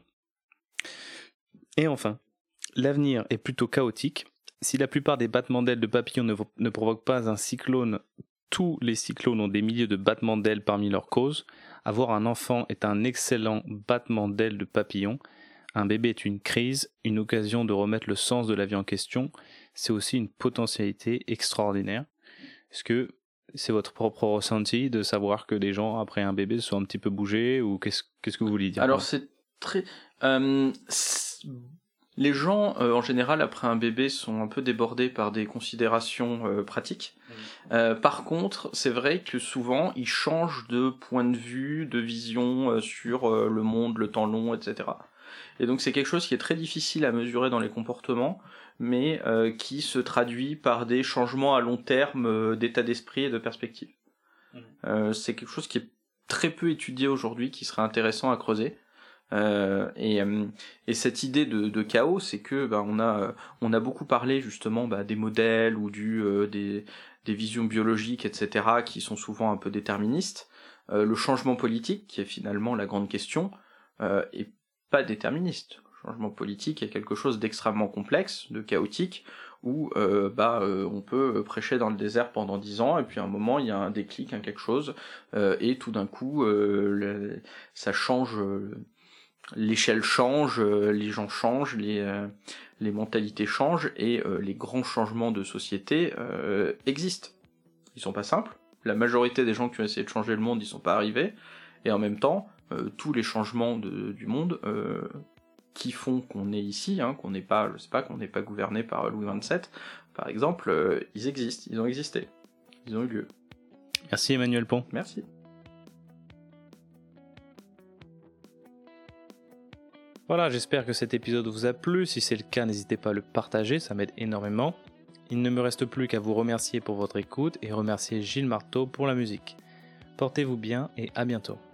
Et enfin, l'avenir est plutôt chaotique. Si la plupart des battements d'ailes de papillons ne, ne provoquent pas un cyclone, tous les cyclones ont des milliers de battements d'ailes parmi leurs causes. Avoir un enfant est un excellent battement d'ailes de papillon. Un bébé est une crise, une occasion de remettre le sens de la vie en question. C'est aussi une potentialité extraordinaire. Est-ce que c'est votre propre ressenti de savoir que des gens, après un bébé, sont un petit peu bougés, ou qu'est-ce, qu'est-ce que vous voulez dire? Alors, c'est très... Euh, c'est... Les gens, euh, en général, après un bébé, sont un peu débordés par des considérations euh, pratiques. Mmh. Euh, par contre, c'est vrai que souvent, ils changent de point de vue, de vision euh, sur euh, le monde, le temps long, et cetera. Et donc, c'est quelque chose qui est très difficile à mesurer dans les comportements, mais euh, qui se traduit par des changements à long terme euh, d'état d'esprit et de perspective. Mmh. Euh, c'est quelque chose qui est très peu étudié aujourd'hui, qui serait intéressant à creuser. Euh, et, euh, et cette idée de, de chaos, c'est que bah, on a on a beaucoup parlé justement bah, des modèles ou du euh, des des visions biologiques, et cetera, qui sont souvent un peu déterministes. Euh, le changement politique, qui est finalement la grande question, euh, est pas déterministe. Le changement politique est quelque chose d'extrêmement complexe, de chaotique, où euh, bah euh, on peut prêcher dans le désert pendant dix ans et puis à un moment il y a un déclic, un quelque chose, euh, et tout d'un coup euh, le, ça change. Euh, L'échelle change, les gens changent, les, euh, les mentalités changent et euh, les grands changements de société euh, existent. Ils sont pas simples. La majorité des gens qui ont essayé de changer le monde, ils sont pas arrivés. Et en même temps, euh, tous les changements de, du monde euh, qui font qu'on est ici, hein, qu'on n'est pas, je sais pas, qu'on n'est pas gouverné par Louis vingt-sept, par exemple, euh, ils existent, ils ont existé, ils ont eu lieu. Merci Emmanuel Pont. Merci. Voilà, j'espère que cet épisode vous a plu. Si c'est le cas, n'hésitez pas à le partager, ça m'aide énormément. Il ne me reste plus qu'à vous remercier pour votre écoute et remercier Gilles Marteau pour la musique. Portez-vous bien et à bientôt.